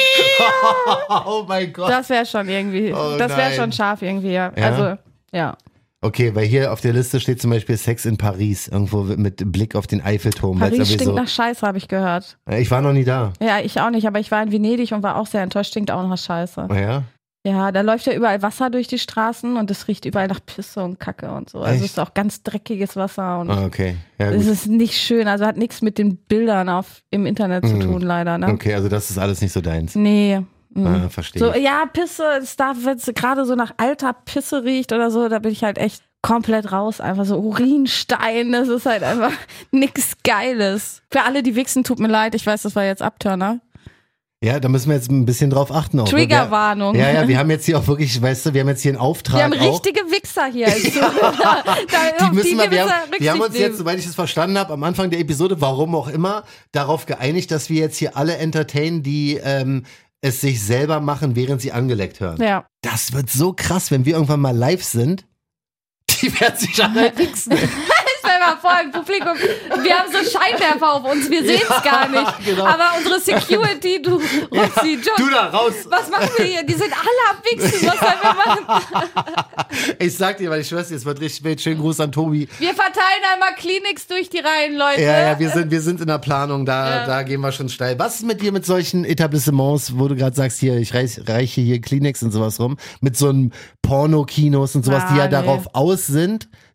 reicht. Oh mein Gott. Das wäre schon irgendwie, Oh das wäre nein. schon scharf irgendwie, ja. Ja? Also, ja. Okay, weil hier auf der Liste steht zum Beispiel Sex in Paris, irgendwo mit Blick auf den Eiffelturm. weil's Paris irgendwie stinkt nach Scheiße, habe ich gehört. so, ich war noch nie da. Ja, ich auch nicht, aber ich war in Venedig und war auch sehr enttäuscht, stinkt auch nach Scheiße. Oh ja? Ja, da läuft ja überall Wasser durch die Straßen und es riecht überall nach Pisse und Kacke und so. Also Echt? es ist auch ganz dreckiges Wasser und Ah, okay. Ja, es gut. ist nicht schön, also hat nichts mit den Bildern auf, im Internet zu Mhm. tun, leider, ne? Okay, also das ist alles nicht so deins. Nee. Mhm. Ah, verstehe. So, ja, Pisse, es darf, wenn es gerade so nach alter Pisse riecht oder so, da bin ich halt echt komplett raus. Einfach so Urinstein, das ist halt einfach nix Geiles. Für alle, die wichsen, tut mir leid, ich weiß, das war jetzt Abturner. Ja, da müssen wir jetzt ein bisschen drauf achten. Auch. Triggerwarnung. Ja, ja, wir haben jetzt hier auch wirklich, weißt du, wir haben jetzt hier einen Auftrag. Wir haben auch. richtige Wichser hier. Also, da, Die auf müssen wir, wir, müssen haben, Rücksicht wir haben uns nehmen. jetzt, soweit ich es verstanden habe, am Anfang der Episode, warum auch immer, darauf geeinigt, dass wir jetzt hier alle entertainen, die ähm, es sich selber machen, während sie angeleckt hören. Ja. Das wird so krass, wenn wir irgendwann mal live sind. Die werden sich alle wichsen. Stell mal vor, im Publikum, wir haben so Scheinwerfer auf uns, wir sehen es Ja, gar nicht. genau. Aber unsere Security, du, Roxy, John, Du da raus. was machen wir hier? Die sind alle am Wichsen, was sollen wir machen? Ich sag dir, weil ich schwör's dir, es wird richtig wild. Schönen Gruß an Tobi. Wir verteilen einmal Kleenex durch die Reihen, Leute. Ja, ja, wir sind, wir sind in der Planung, da, Ja. da gehen wir schon steil. Was ist mit dir mit solchen Etablissements, wo du gerade sagst, hier, ich reich, reiche hier Kleenex und sowas rum, mit so einem Porno-Kinos und sowas, Ah, die ja nee. darauf aus sind,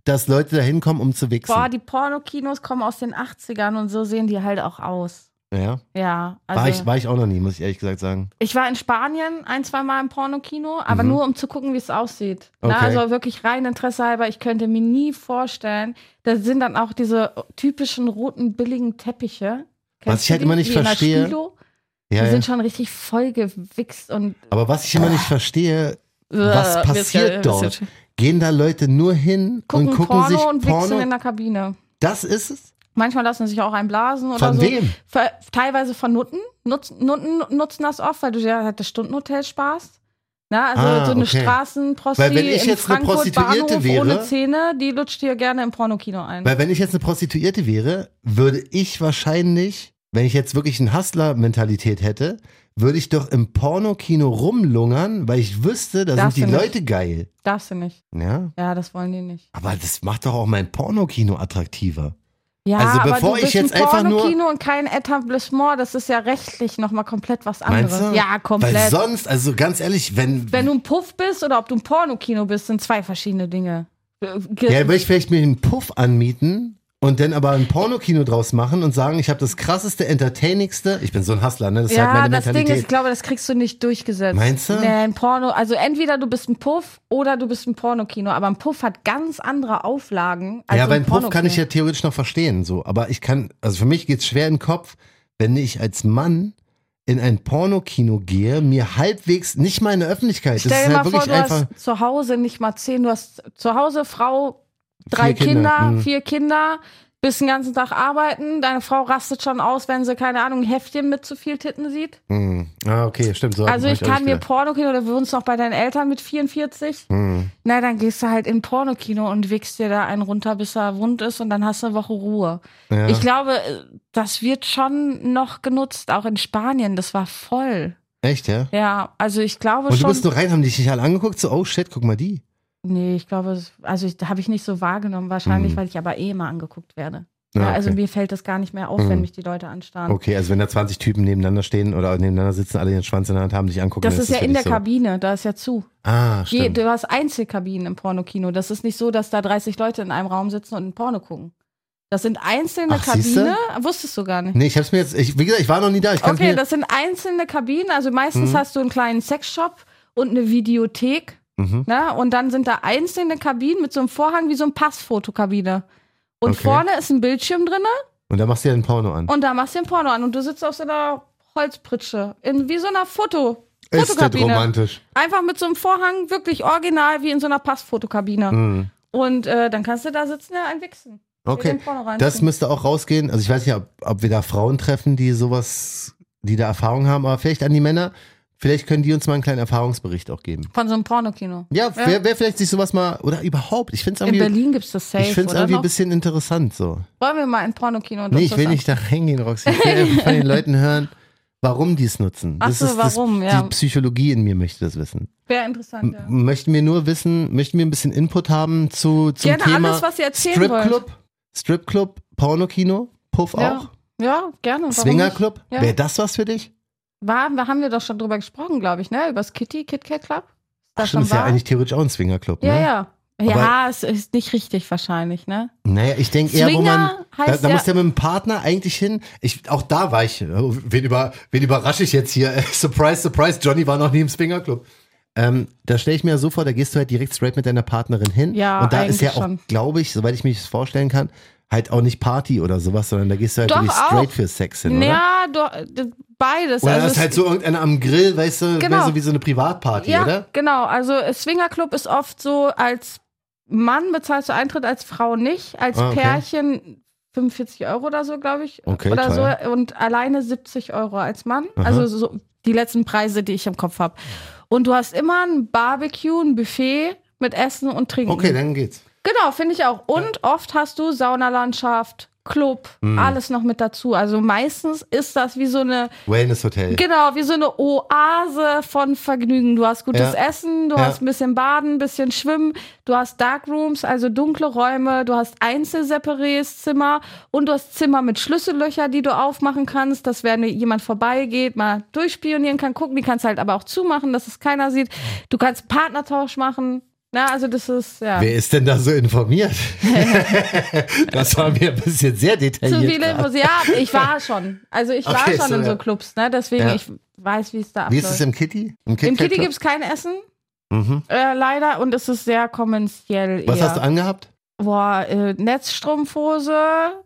dass Leute da hinkommen, um zu wichsen. Boah, die Pornokinos kommen aus den achtzigern und so sehen die halt auch aus. Ja? Ja. Also War ich, war ich auch noch nie, muss ich ehrlich gesagt sagen. Ich war in Spanien ein, zwei Mal im Pornokino, aber Mhm. nur um zu gucken, wie es aussieht. Okay. Na, also wirklich rein Interesse halber. Ich könnte mir nie vorstellen, da sind dann auch diese typischen roten, billigen Teppiche. Was ich halt du immer die? nicht Wie in der verstehe- Spilo? Ja, Die ja. sind schon richtig voll gewichst und Aber was ich immer nicht verstehe, was Äh, passiert wir- dort? Gehen da Leute nur hin gucken, und gucken Porno sich und wichsen Porno? in der Kabine. Das ist es? Manchmal lassen sich auch einblasen oder Von so. wem? Ver- Teilweise von Nutten. Nutz, Nutten nutzen das oft, weil du ja halt das Stundenhotel sparst. Na, also Ah, so eine okay. Straßenprosti Weil wenn ich in jetzt eine Frankfurt Prostituierte Bahnhof wäre- ohne Zähne, die lutscht dir gerne im Pornokino ein. Weil wenn ich jetzt eine Prostituierte wäre, würde ich wahrscheinlich, wenn ich jetzt wirklich eine Hustler-Mentalität hätte, würde ich doch im Pornokino rumlungern, weil ich wüsste, da Darfst sind die du nicht. Leute geil. Darfst du nicht. Ja, Ja, das wollen die nicht. aber das macht doch auch mein Pornokino attraktiver. Ja, Also aber bevor du bist ich jetzt ein einfach nur- Pornokino und kein Etablissement, das ist ja rechtlich nochmal komplett was anderes. Meinst du? Ja, Weil komplett. sonst, also ganz ehrlich, wenn, Wenn du ein Puff bist oder ob du ein Pornokino bist, sind zwei verschiedene Dinge. Ge- ja, würde ich vielleicht mir einen Puff anmieten und dann aber ein Pornokino draus machen und sagen, ich habe das krasseste, entertainigste. Ich bin so ein Hustler, ne? Das ist Ja, halt meine das Ding Mentalität. ist, ich glaube, das kriegst du nicht durchgesetzt. Meinst du? Nee, ein Porno, also entweder du bist ein Puff oder du bist ein Pornokino, aber ein Puff hat ganz andere Auflagen als ja, ein beim Puff Pornokino. kann ich ja theoretisch noch verstehen, so. Aber ich kann, also für mich geht's schwer in den Kopf, wenn ich als Mann in ein Pornokino gehe, mir halbwegs, nicht mal in der Öffentlichkeit, das Stell ist dir halt mal vor, wirklich du einfach. hast zu Hause nicht mal zehn, du hast zu Hause Frau, drei Vier Kinder, Kinder, mhm. vier Kinder, bist den ganzen Tag arbeiten, deine Frau rastet schon aus, wenn sie, keine Ahnung, ein Heftchen mit zu viel Titten sieht. Hm. Ah, okay, stimmt. So Also hab ich auch kann nicht mir gedacht. Pornokino, oder wir wohnst noch bei deinen Eltern mit vierundvierzig. Hm. Na, dann gehst du halt in Pornokino und wickst dir da einen runter, bis er wund ist und dann hast du eine Woche Ruhe. Ja. Ich glaube, das wird schon noch genutzt, auch in Spanien, das war voll. Echt, ja? Ja, also ich glaube Und du schon. bist nur rein, haben die dich nicht alle angeguckt? So, oh shit, guck mal die. Nee, ich glaube, es- also ich, habe ich nicht so wahrgenommen, wahrscheinlich, Mhm. weil ich aber eh immer angeguckt werde. Ja, Ja, also okay. mir fällt das gar nicht mehr auf, Mhm. wenn mich die Leute anstarren. Okay, also wenn da zwanzig Typen nebeneinander stehen oder nebeneinander sitzen, alle ihren Schwanz in der Hand haben, dich angucken. Das dann ist ja für in der dich so. Kabine, da ist ja zu. Ah, Je, stimmt. du hast Einzelkabinen im Pornokino. Das ist nicht so, dass da dreißig Leute in einem Raum sitzen und ein Porno gucken. Das sind einzelne Ach, siehste? Kabine. Wusstest du gar nicht. Nee, ich hab's mir jetzt, ich, wie gesagt, ich war noch nie da. Ich kann's Okay, mir, das sind einzelne Kabinen. Also meistens Mhm. hast du einen kleinen Sexshop und eine Videothek. Mhm. Ne? Und dann sind da einzelne Kabinen mit so einem Vorhang wie so ein Passfotokabine. Und Okay. vorne ist ein Bildschirm drin Und da machst du ja ein Porno an. und da machst du ein Porno an. Und du sitzt auf so einer Holzpritsche. In, wie so einer Foto. Ist das Fotokabine. romantisch? Einfach mit so einem Vorhang, wirklich original wie in so einer Passfotokabine. Mhm. Und äh, dann kannst du da sitzen, ja, einwichsen. Okay, Den Porno reinziehen. das müsste auch rausgehen. Also ich weiß nicht, ob, ob wir da Frauen treffen, die sowas, die da Erfahrung haben, aber vielleicht an die Männer, vielleicht können die uns mal einen kleinen Erfahrungsbericht auch geben. Von so einem Pornokino. Ja, wer, wer vielleicht sich sowas mal, oder überhaupt, ich finde es In irgendwie, Berlin gibt's das safe, ich finde es oder irgendwie noch? ein bisschen interessant so. Wollen wir mal ein Pornokino und Nee, uns ich das will nicht da reingehen, Roxy. Ich will einfach von den Leuten hören, warum die es nutzen. Ach Das so, ist das, warum, ja. Die Psychologie in mir möchte das wissen. Wäre interessant, ja. M- Möchten wir nur wissen, möchten wir ein bisschen Input haben zu, zum Gerne Thema alles, was ihr erzählen wollt. Stripclub, Stripclub, Pornokino, Puff Ja. auch, Ja, gerne. warum Swingerclub, nicht? Ja. wäre das was für dich? War, da haben wir doch schon drüber gesprochen, glaube ich, ne? Über das Kitty, Kit Kat Club. Ist Ach, das stimmt, ist schon ja wahr? eigentlich theoretisch auch ein Swingerclub, Ja, ne? ja. Ja, es ist nicht richtig wahrscheinlich, ne? Naja, ich denke eher, wo man, Swinger da, heißt da ja- muss der mit dem Partner eigentlich hin. Ich, auch da war ich, oh, wen, über, wen überrasche ich jetzt hier? Surprise, surprise, Johnny war noch nie im Swingerclub. Ähm, da stelle ich mir so vor, da gehst du halt direkt straight mit deiner Partnerin hin. Ja, und da ist ja eigentlich auch, schon. glaube ich, soweit ich mich das vorstellen kann, halt auch nicht Party oder sowas, sondern da gehst du halt Doch, wirklich auch. straight für Sex hin, oder? Ja, doch, d- beides. Oder also ist es- halt so irgendeiner am Grill, weißt du, Genau. mehr so wie so eine Privatparty, ja, oder? genau. Also äh, Swingerclub ist oft so, als Mann bezahlst du Eintritt, als Frau nicht. Als Ah, okay. Pärchen fünfundvierzig Euro oder so, glaube ich. Okay, oder teuer. so. Und alleine siebzig Euro als Mann. Aha. Also so die letzten Preise, die ich im Kopf habe. Und du hast immer ein Barbecue, ein Buffet mit Essen und Trinken. Okay, dann geht's. Genau, finde ich auch. Und oft hast du Saunalandschaft, Club, Mhm. alles noch mit dazu. Also meistens ist das wie so eine, Wellness-Hotel. genau, wie so eine Oase von Vergnügen. Du hast gutes Ja. Essen, du Ja. hast ein bisschen Baden, ein bisschen Schwimmen, du hast Darkrooms, also dunkle Räume, du hast einzelseparés Zimmer und du hast Zimmer mit Schlüssellöcher, die du aufmachen kannst, dass wenn jemand vorbeigeht, mal durchspionieren kann, gucken, die kannst du halt aber auch zumachen, dass es keiner sieht. Du kannst Partnertausch machen. Na, also das ist, ja. Wer ist denn da so informiert? Das war mir ein bisschen sehr detailliert. Zu viele Infos. Ja, ich war schon. Also ich war Okay, schon so, in so ja. Clubs, ne? Deswegen, Ja. ich weiß, wie es da abläuft. Wie ist es im Kitty? Im Kit Im Kat Kitty Club? gibt es kein Essen, Mhm. äh, leider, und es ist sehr kommerziell Was eher. hast du angehabt? Boah, äh, Netzstrumpfhose,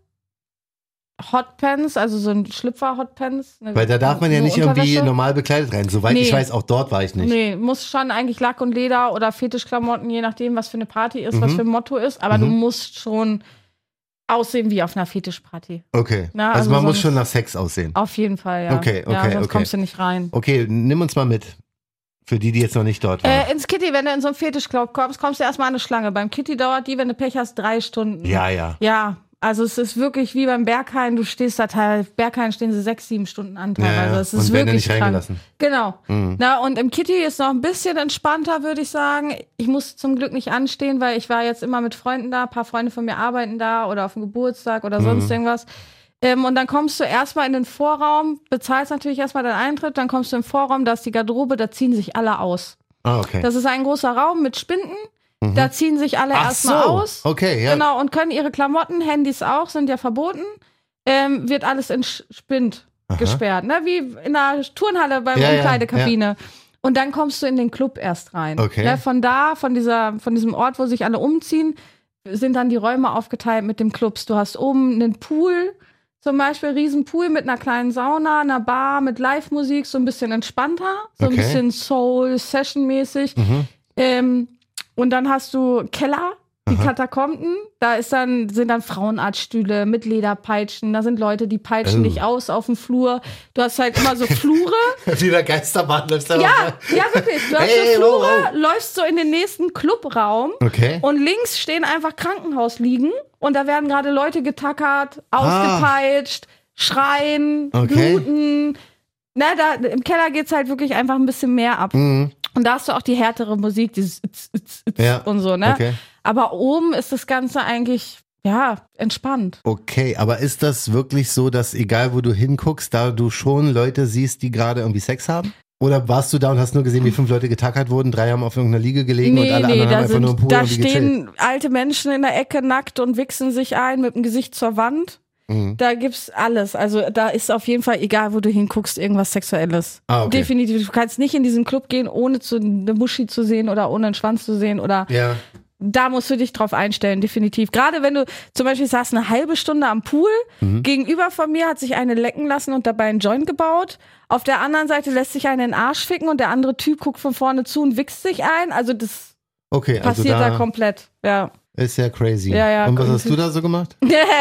Hotpants, also so ein Schlüpfer-Hotpants. Weil da darf man ja nur nicht irgendwie Unterwäsche. normal bekleidet rein. Soweit Nee. ich weiß, auch dort war ich nicht. Nee, muss schon eigentlich Lack und Leder oder Fetischklamotten, je nachdem, was für eine Party ist, was Mhm. für ein Motto ist. Aber Mhm. du musst schon aussehen wie auf einer Fetischparty. Okay. Na, also, also man muss sonst- schon nach Sex aussehen. Auf jeden Fall, ja. Okay, ja, okay, sonst okay. kommst du nicht rein. Okay, nimm uns mal mit. Für die, die jetzt noch nicht dort waren. Äh, ins Kitty, wenn du in so einen Fetischclub kommst, kommst du erstmal an eine Schlange. Beim Kitty dauert die, wenn du Pech hast, drei Stunden. ja, ja. Ja, also es ist wirklich wie beim Berghain. Du stehst da teilweise, Berghain stehen sie sechs, sieben Stunden an Ja, teilweise. ja. Es ist Und werden ja wirklich nicht krank. reingelassen. Genau. Mhm. Na, und im Kitty ist noch ein bisschen entspannter, würde ich sagen. Ich muss zum Glück nicht anstehen, weil ich war jetzt immer mit Freunden da. Ein paar Freunde von mir arbeiten da oder auf dem Geburtstag oder sonst Mhm. irgendwas. Ähm, und dann kommst du erstmal in den Vorraum, bezahlst natürlich erstmal deinen Eintritt, dann kommst du im Vorraum, da ist die Garderobe, da ziehen sich alle aus. Ah, okay. Das ist ein großer Raum mit Spinden. Mhm. Da ziehen sich alle Ach erstmal so. aus. Okay, ja. Genau, und können ihre Klamotten, Handys auch, sind ja verboten. Ähm, wird alles in Sch- Spind Aha. gesperrt, ne? Wie in einer Turnhalle beim Ja, ja, Umkleidekabine. Und dann kommst du in den Club erst rein. Okay. Ne? Von da, von dieser, von diesem Ort, wo sich alle umziehen, sind dann die Räume aufgeteilt mit den Clubs. Du hast oben einen Pool, zum Beispiel Riesenpool mit einer kleinen Sauna, einer Bar, mit Live-Musik, so ein bisschen entspannter, so Okay. ein bisschen Soul-Session-mäßig. Mhm. Ähm, und dann hast du Keller, die Aha. Katakomben. Da ist dann, sind dann Frauenarztstühle mit Lederpeitschen. Da sind Leute, die peitschen Oh. dich aus auf dem Flur. Du hast halt immer so Flure. Wie der Geisterbahn läufst du da ja, mal. ja, wirklich. Du hast Hey, so wow, Flure, wow. läufst so in den nächsten Clubraum. Okay. Und links stehen einfach Krankenhausliegen. Und da werden gerade Leute getackert, ausgepeitscht, schreien, Okay. bluten. Na, da, im Keller geht's halt wirklich einfach ein bisschen mehr ab. Mhm. Und da hast du auch die härtere Musik, dieses Itz, Itz, Itz Ja, und so, ne? okay. Aber oben ist das Ganze eigentlich, ja, entspannt. Okay, aber ist das wirklich so, dass egal wo du hinguckst, da du schon Leute siehst, die gerade irgendwie Sex haben? Oder warst du da und hast nur gesehen, wie fünf Leute getackert wurden, drei haben auf irgendeiner Liege gelegen und alle anderen haben da, einfach nur im sind, Pool da irgendwie gechillt? stehen alte Menschen in der Ecke nackt und wichsen sich ein mit dem Gesicht zur Wand. Mhm. Da gibt's alles. Also da ist auf jeden Fall, egal wo du hinguckst, irgendwas Sexuelles. Ah, okay. Definitiv. Du kannst nicht in diesen Club gehen, ohne zu, eine Muschi zu sehen oder ohne einen Schwanz zu sehen oder Ja. da musst du dich drauf einstellen, definitiv. Gerade wenn du zum Beispiel saß eine halbe Stunde am Pool, Mhm. gegenüber von mir hat sich eine lecken lassen und dabei einen Joint gebaut. Auf der anderen Seite lässt sich eine in den Arsch ficken und der andere Typ guckt von vorne zu und wichst sich ein. Also das Okay, also passiert da, da komplett. Ja. ist ja crazy. Ja, ja, und was hast crazy. du da so gemacht?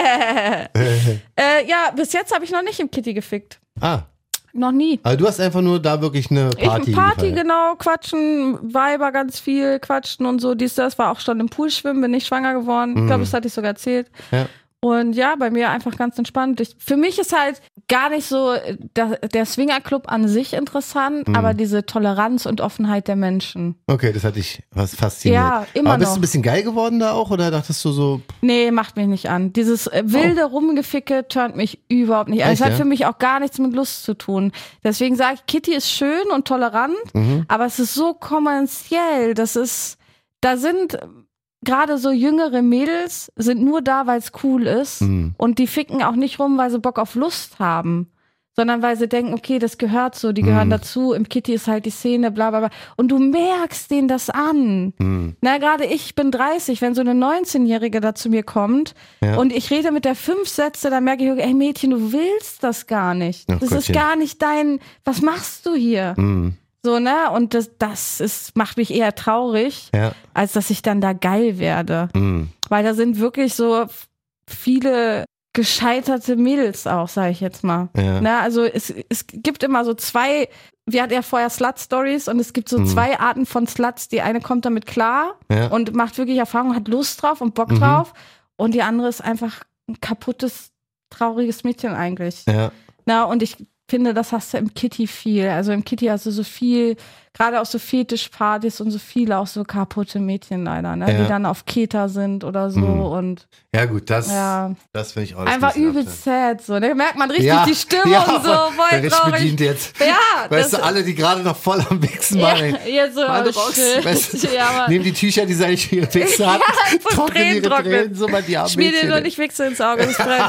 äh, ja, bis jetzt habe ich noch nicht im Kitty gefickt. Ah, Noch nie. also du hast einfach nur da wirklich eine Party ich Party, gefeiert. genau, quatschen, Weiber ganz viel, quatschen und so. Dies, das war auch schon im Pool schwimmen, bin nicht schwanger geworden. Ich glaube, das hatte ich sogar erzählt. Ja. Und ja, bei mir einfach ganz entspannt. Ich, für mich ist halt gar nicht so der, der Swingerclub an sich interessant, Mhm. aber diese Toleranz und Offenheit der Menschen. Okay, das hat dich was fasziniert. Ja, immer Aber bist noch. du ein bisschen geil geworden da auch oder dachtest du so, Nee, macht mich nicht an. Dieses äh, wilde Rumgeficke turnt mich überhaupt nicht an. Es Echt, hat ja? für mich auch gar nichts mit Lust zu tun. Deswegen sage ich, Kitty ist schön und tolerant, mhm. aber es ist so kommerziell. Das ist, da sind gerade so jüngere Mädels sind nur da, weil es cool ist. Mhm. Und die ficken auch nicht rum, weil sie Bock auf Lust haben. Sondern weil sie denken, okay, das gehört so, die gehören Mhm. dazu, im Kitty ist halt die Szene, bla bla bla. Und du merkst denen das an. Mhm. Na, gerade ich bin dreißig, wenn so eine neunzehnjährige da zu mir kommt Ja. und ich rede mit der fünf Sätze, dann merke ich, ey Mädchen, du willst das gar nicht. Ach das ist Gottchen. gar nicht dein, was machst du hier? Mhm. So, ne? Und das, das ist, macht mich eher traurig, Ja. als dass ich dann da geil werde. Mhm. Weil da sind wirklich so viele gescheiterte Mädels auch, sage ich jetzt mal. Ja. Na, also es, es gibt immer so zwei, wir hatten ja vorher Slut-Stories und es gibt so Mhm. zwei Arten von Sluts. Die eine kommt damit klar Ja. und macht wirklich Erfahrung, hat Lust drauf und Bock Mhm. drauf. Und die andere ist einfach ein kaputtes, trauriges Mädchen eigentlich. Ja. Na, und ich finde, das hast du im Kitty viel. Also im Kitty hast du so viel, gerade auch so Fetischpartys und so viele, auch so kaputte Mädchen leider, ne? Ja. Die dann auf Keta sind oder so Mhm. und Ja gut, das, Ja. das finde ich auch einfach übelst sad, so. Da merkt man richtig die Stimmung ja, so, voll richtig traurig. bedient jetzt. Ja, Weißt das- du, alle, die gerade noch voll am Wichsen waren. Ja, ja, so, Meine oh, Box, shit. weißt du, Ja, Mann. nehmen die Tücher, die sie eigentlich für ihre Wichse hatten, voll trocknen Tränen ihre trocknen. Tränen, so mal die armen Schmier dir Mädchen. nur nicht Wichse ins Auge, das brennt.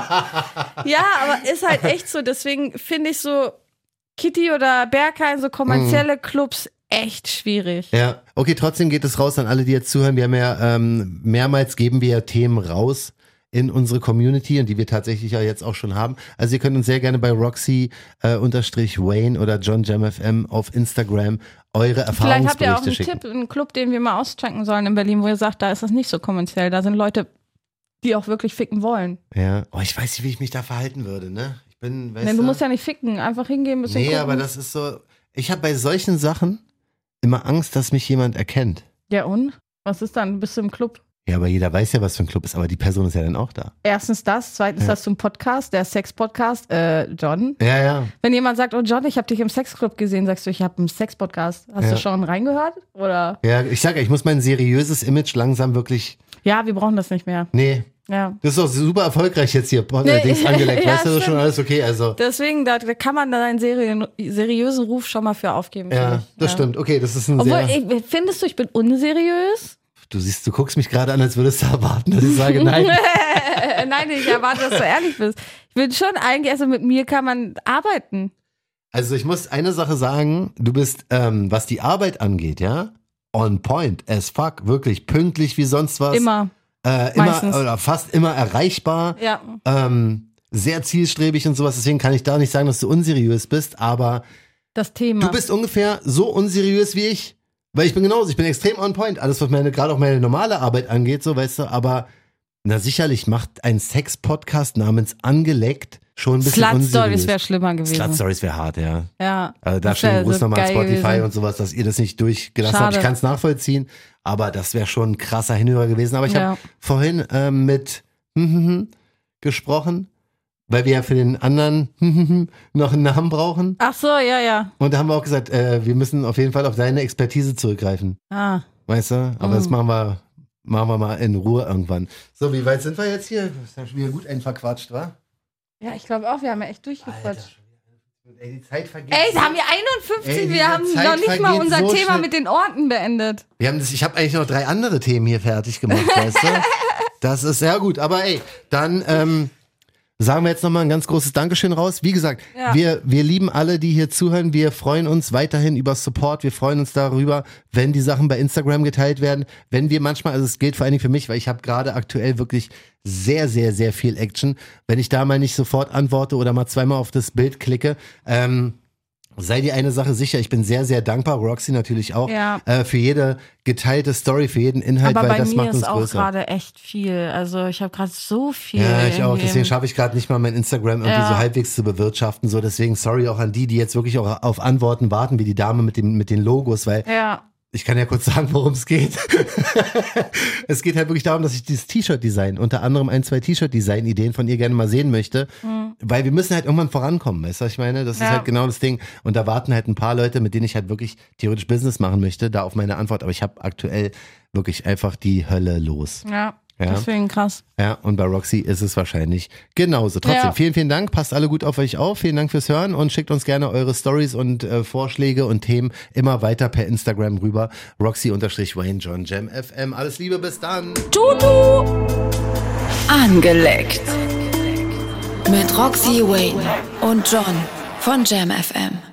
Ja, aber ist halt echt so, deswegen finde ich so Kitty oder Berghain, so kommerzielle Mhm. Clubs, echt schwierig. Ja, okay, trotzdem geht es raus an alle, die jetzt zuhören. Wir haben ja ähm, mehrmals geben wir ja Themen raus in unsere Community und die wir tatsächlich ja jetzt auch schon haben. Also ihr könnt uns sehr gerne bei Roxy äh, unterstrich Wayne oder John Jam F M auf Instagram eure Vielleicht habt ihr auch Erfahrungsberichte einen schicken. Tipp, einen Club, den wir mal auschecken sollen in Berlin, wo ihr sagt, da ist das nicht so kommerziell. Da sind Leute, die auch wirklich ficken wollen. Ja, oh, ich weiß nicht, wie ich mich da verhalten würde, ne? Ich bin, weißt Nee, du musst ja nicht ficken, einfach hingehen, ein bisschen Nee, gucken. aber das ist so, ich habe bei solchen Sachen immer Angst, dass mich jemand erkennt. Ja und? Was ist dann? Bist du im Club? Ja, aber jeder weiß ja, was für ein Club ist, aber die Person ist ja dann auch da. Erstens das, zweitens Ja. hast du einen Podcast, der Sex-Podcast, äh, John. Ja, ja. Wenn jemand sagt, oh John, ich habe dich im Sexclub gesehen, sagst du, ich habe einen Sex-Podcast. Hast Ja. du schon reingehört? Oder? Ja, ich sag ja, ich muss mein seriöses Image langsam wirklich, Ja, wir brauchen das nicht mehr. nee, Ja. das ist doch super erfolgreich jetzt hier, Nee, Dings angelegt, ja, weißt du, das ist schon stimmt. alles okay, also. Deswegen, da, da kann man da einen serien, seriösen Ruf schon mal für aufgeben. Ja, finde ich. das ja. stimmt, okay, das ist ein Obwohl, sehr, ich, findest du, ich bin unseriös? du siehst, du guckst mich gerade an, als würdest du erwarten, dass ich sage, nein. Äh, Nein, ich erwarte, dass du ehrlich bist. Ich bin schon eigentlich, also mit mir kann man arbeiten. Also ich muss eine Sache sagen, du bist, ähm, was die Arbeit angeht, ja, on point as fuck, wirklich pünktlich wie sonst was. Immer. Äh, immer Meistens. oder fast immer erreichbar. Ja. Ähm, sehr zielstrebig und sowas, deswegen kann ich da nicht sagen, dass du unseriös bist, aber Das Thema. du bist ungefähr so unseriös wie ich, weil ich bin genauso, ich bin extrem on point, alles was meine, gerade auch meine normale Arbeit angeht, so weißt du, aber na sicherlich macht ein Sex-Podcast namens Angeleckt schon ein bisschen Slut unseriös. Stories wäre schlimmer gewesen. Slut Stories wäre hart, ja. Ja. Also da Das schön wär Gruß so nochmal an geil Spotify gewesen. und sowas, dass ihr das nicht durchgelassen habt. Ich Schade. kann es nachvollziehen, aber das wäre schon ein krasser Hinhörer gewesen. Aber ich Ja. habe vorhin ähm, mit gesprochen, weil wir ja für den anderen noch einen Namen brauchen. Ach so, ja, ja. Und da haben wir auch gesagt, äh, wir müssen auf jeden Fall auf deine Expertise zurückgreifen. Ah. Weißt du? Aber Mhm. das machen wir, machen wir mal in Ruhe irgendwann. So, wie weit sind wir jetzt hier? Das ist ja schon wieder gut ein verquatscht, wa? Ja, ich glaube auch, wir haben ja echt durchgequatscht. Ey, die Zeit vergeht. Ey, da haben wir einundfünfzig, Ey, diese wir haben Zeit noch nicht mal vergeht unser so Thema schnell. mit den Orten beendet. Wir haben das, ich habe eigentlich noch drei andere Themen hier fertig gemacht, weißt du? Das ist sehr gut. Aber ey, dann ähm, sagen wir jetzt nochmal ein ganz großes Dankeschön raus. Wie gesagt, Ja. wir, wir lieben alle, die hier zuhören. Wir freuen uns weiterhin über Support. Wir freuen uns darüber, wenn die Sachen bei Instagram geteilt werden. Wenn wir manchmal, also es gilt vor allen Dingen für mich, weil ich habe gerade aktuell wirklich sehr, sehr, sehr viel Action. Wenn ich da mal nicht sofort antworte oder mal zweimal auf das Bild klicke, ähm, sei dir eine Sache sicher, ich bin sehr, sehr dankbar, Roxy natürlich auch, Ja. äh, für jede geteilte Story, für jeden Inhalt, Aber weil bei das mir macht uns ist auch größer. gerade echt viel. Also ich habe gerade so viel. Ja, ich auch. irgendwie Deswegen im- schaffe ich gerade nicht mal mein Instagram irgendwie Ja. so halbwegs zu bewirtschaften. So, deswegen sorry auch an die, die jetzt wirklich auch auf Antworten warten, wie die Dame mit dem mit den Logos, weil Ja. ich kann ja kurz sagen, worum es geht. Es geht halt wirklich darum, dass ich dieses T-Shirt-Design, unter anderem ein, zwei T-Shirt-Design-Ideen von ihr gerne mal sehen möchte, Mhm. weil wir müssen halt irgendwann vorankommen, weißt du, was ich meine? Das ist Ja. halt genau das Ding. Und da warten halt ein paar Leute, mit denen ich halt wirklich theoretisch Business machen möchte, da auf meine Antwort. Aber ich habe aktuell wirklich einfach die Hölle los. Ja. Ja. Deswegen krass. Ja, und bei Roxy ist es wahrscheinlich genauso. Trotzdem, Ja. vielen, vielen Dank. Passt alle gut auf euch auf. Vielen Dank fürs Hören und schickt uns gerne eure Stories und äh, Vorschläge und Themen immer weiter per Instagram rüber. Roxy-Wayne John Jam F M. Alles Liebe, bis dann. Tutu! Angeleckt. Mit Roxy Wayne und John von Jam F M.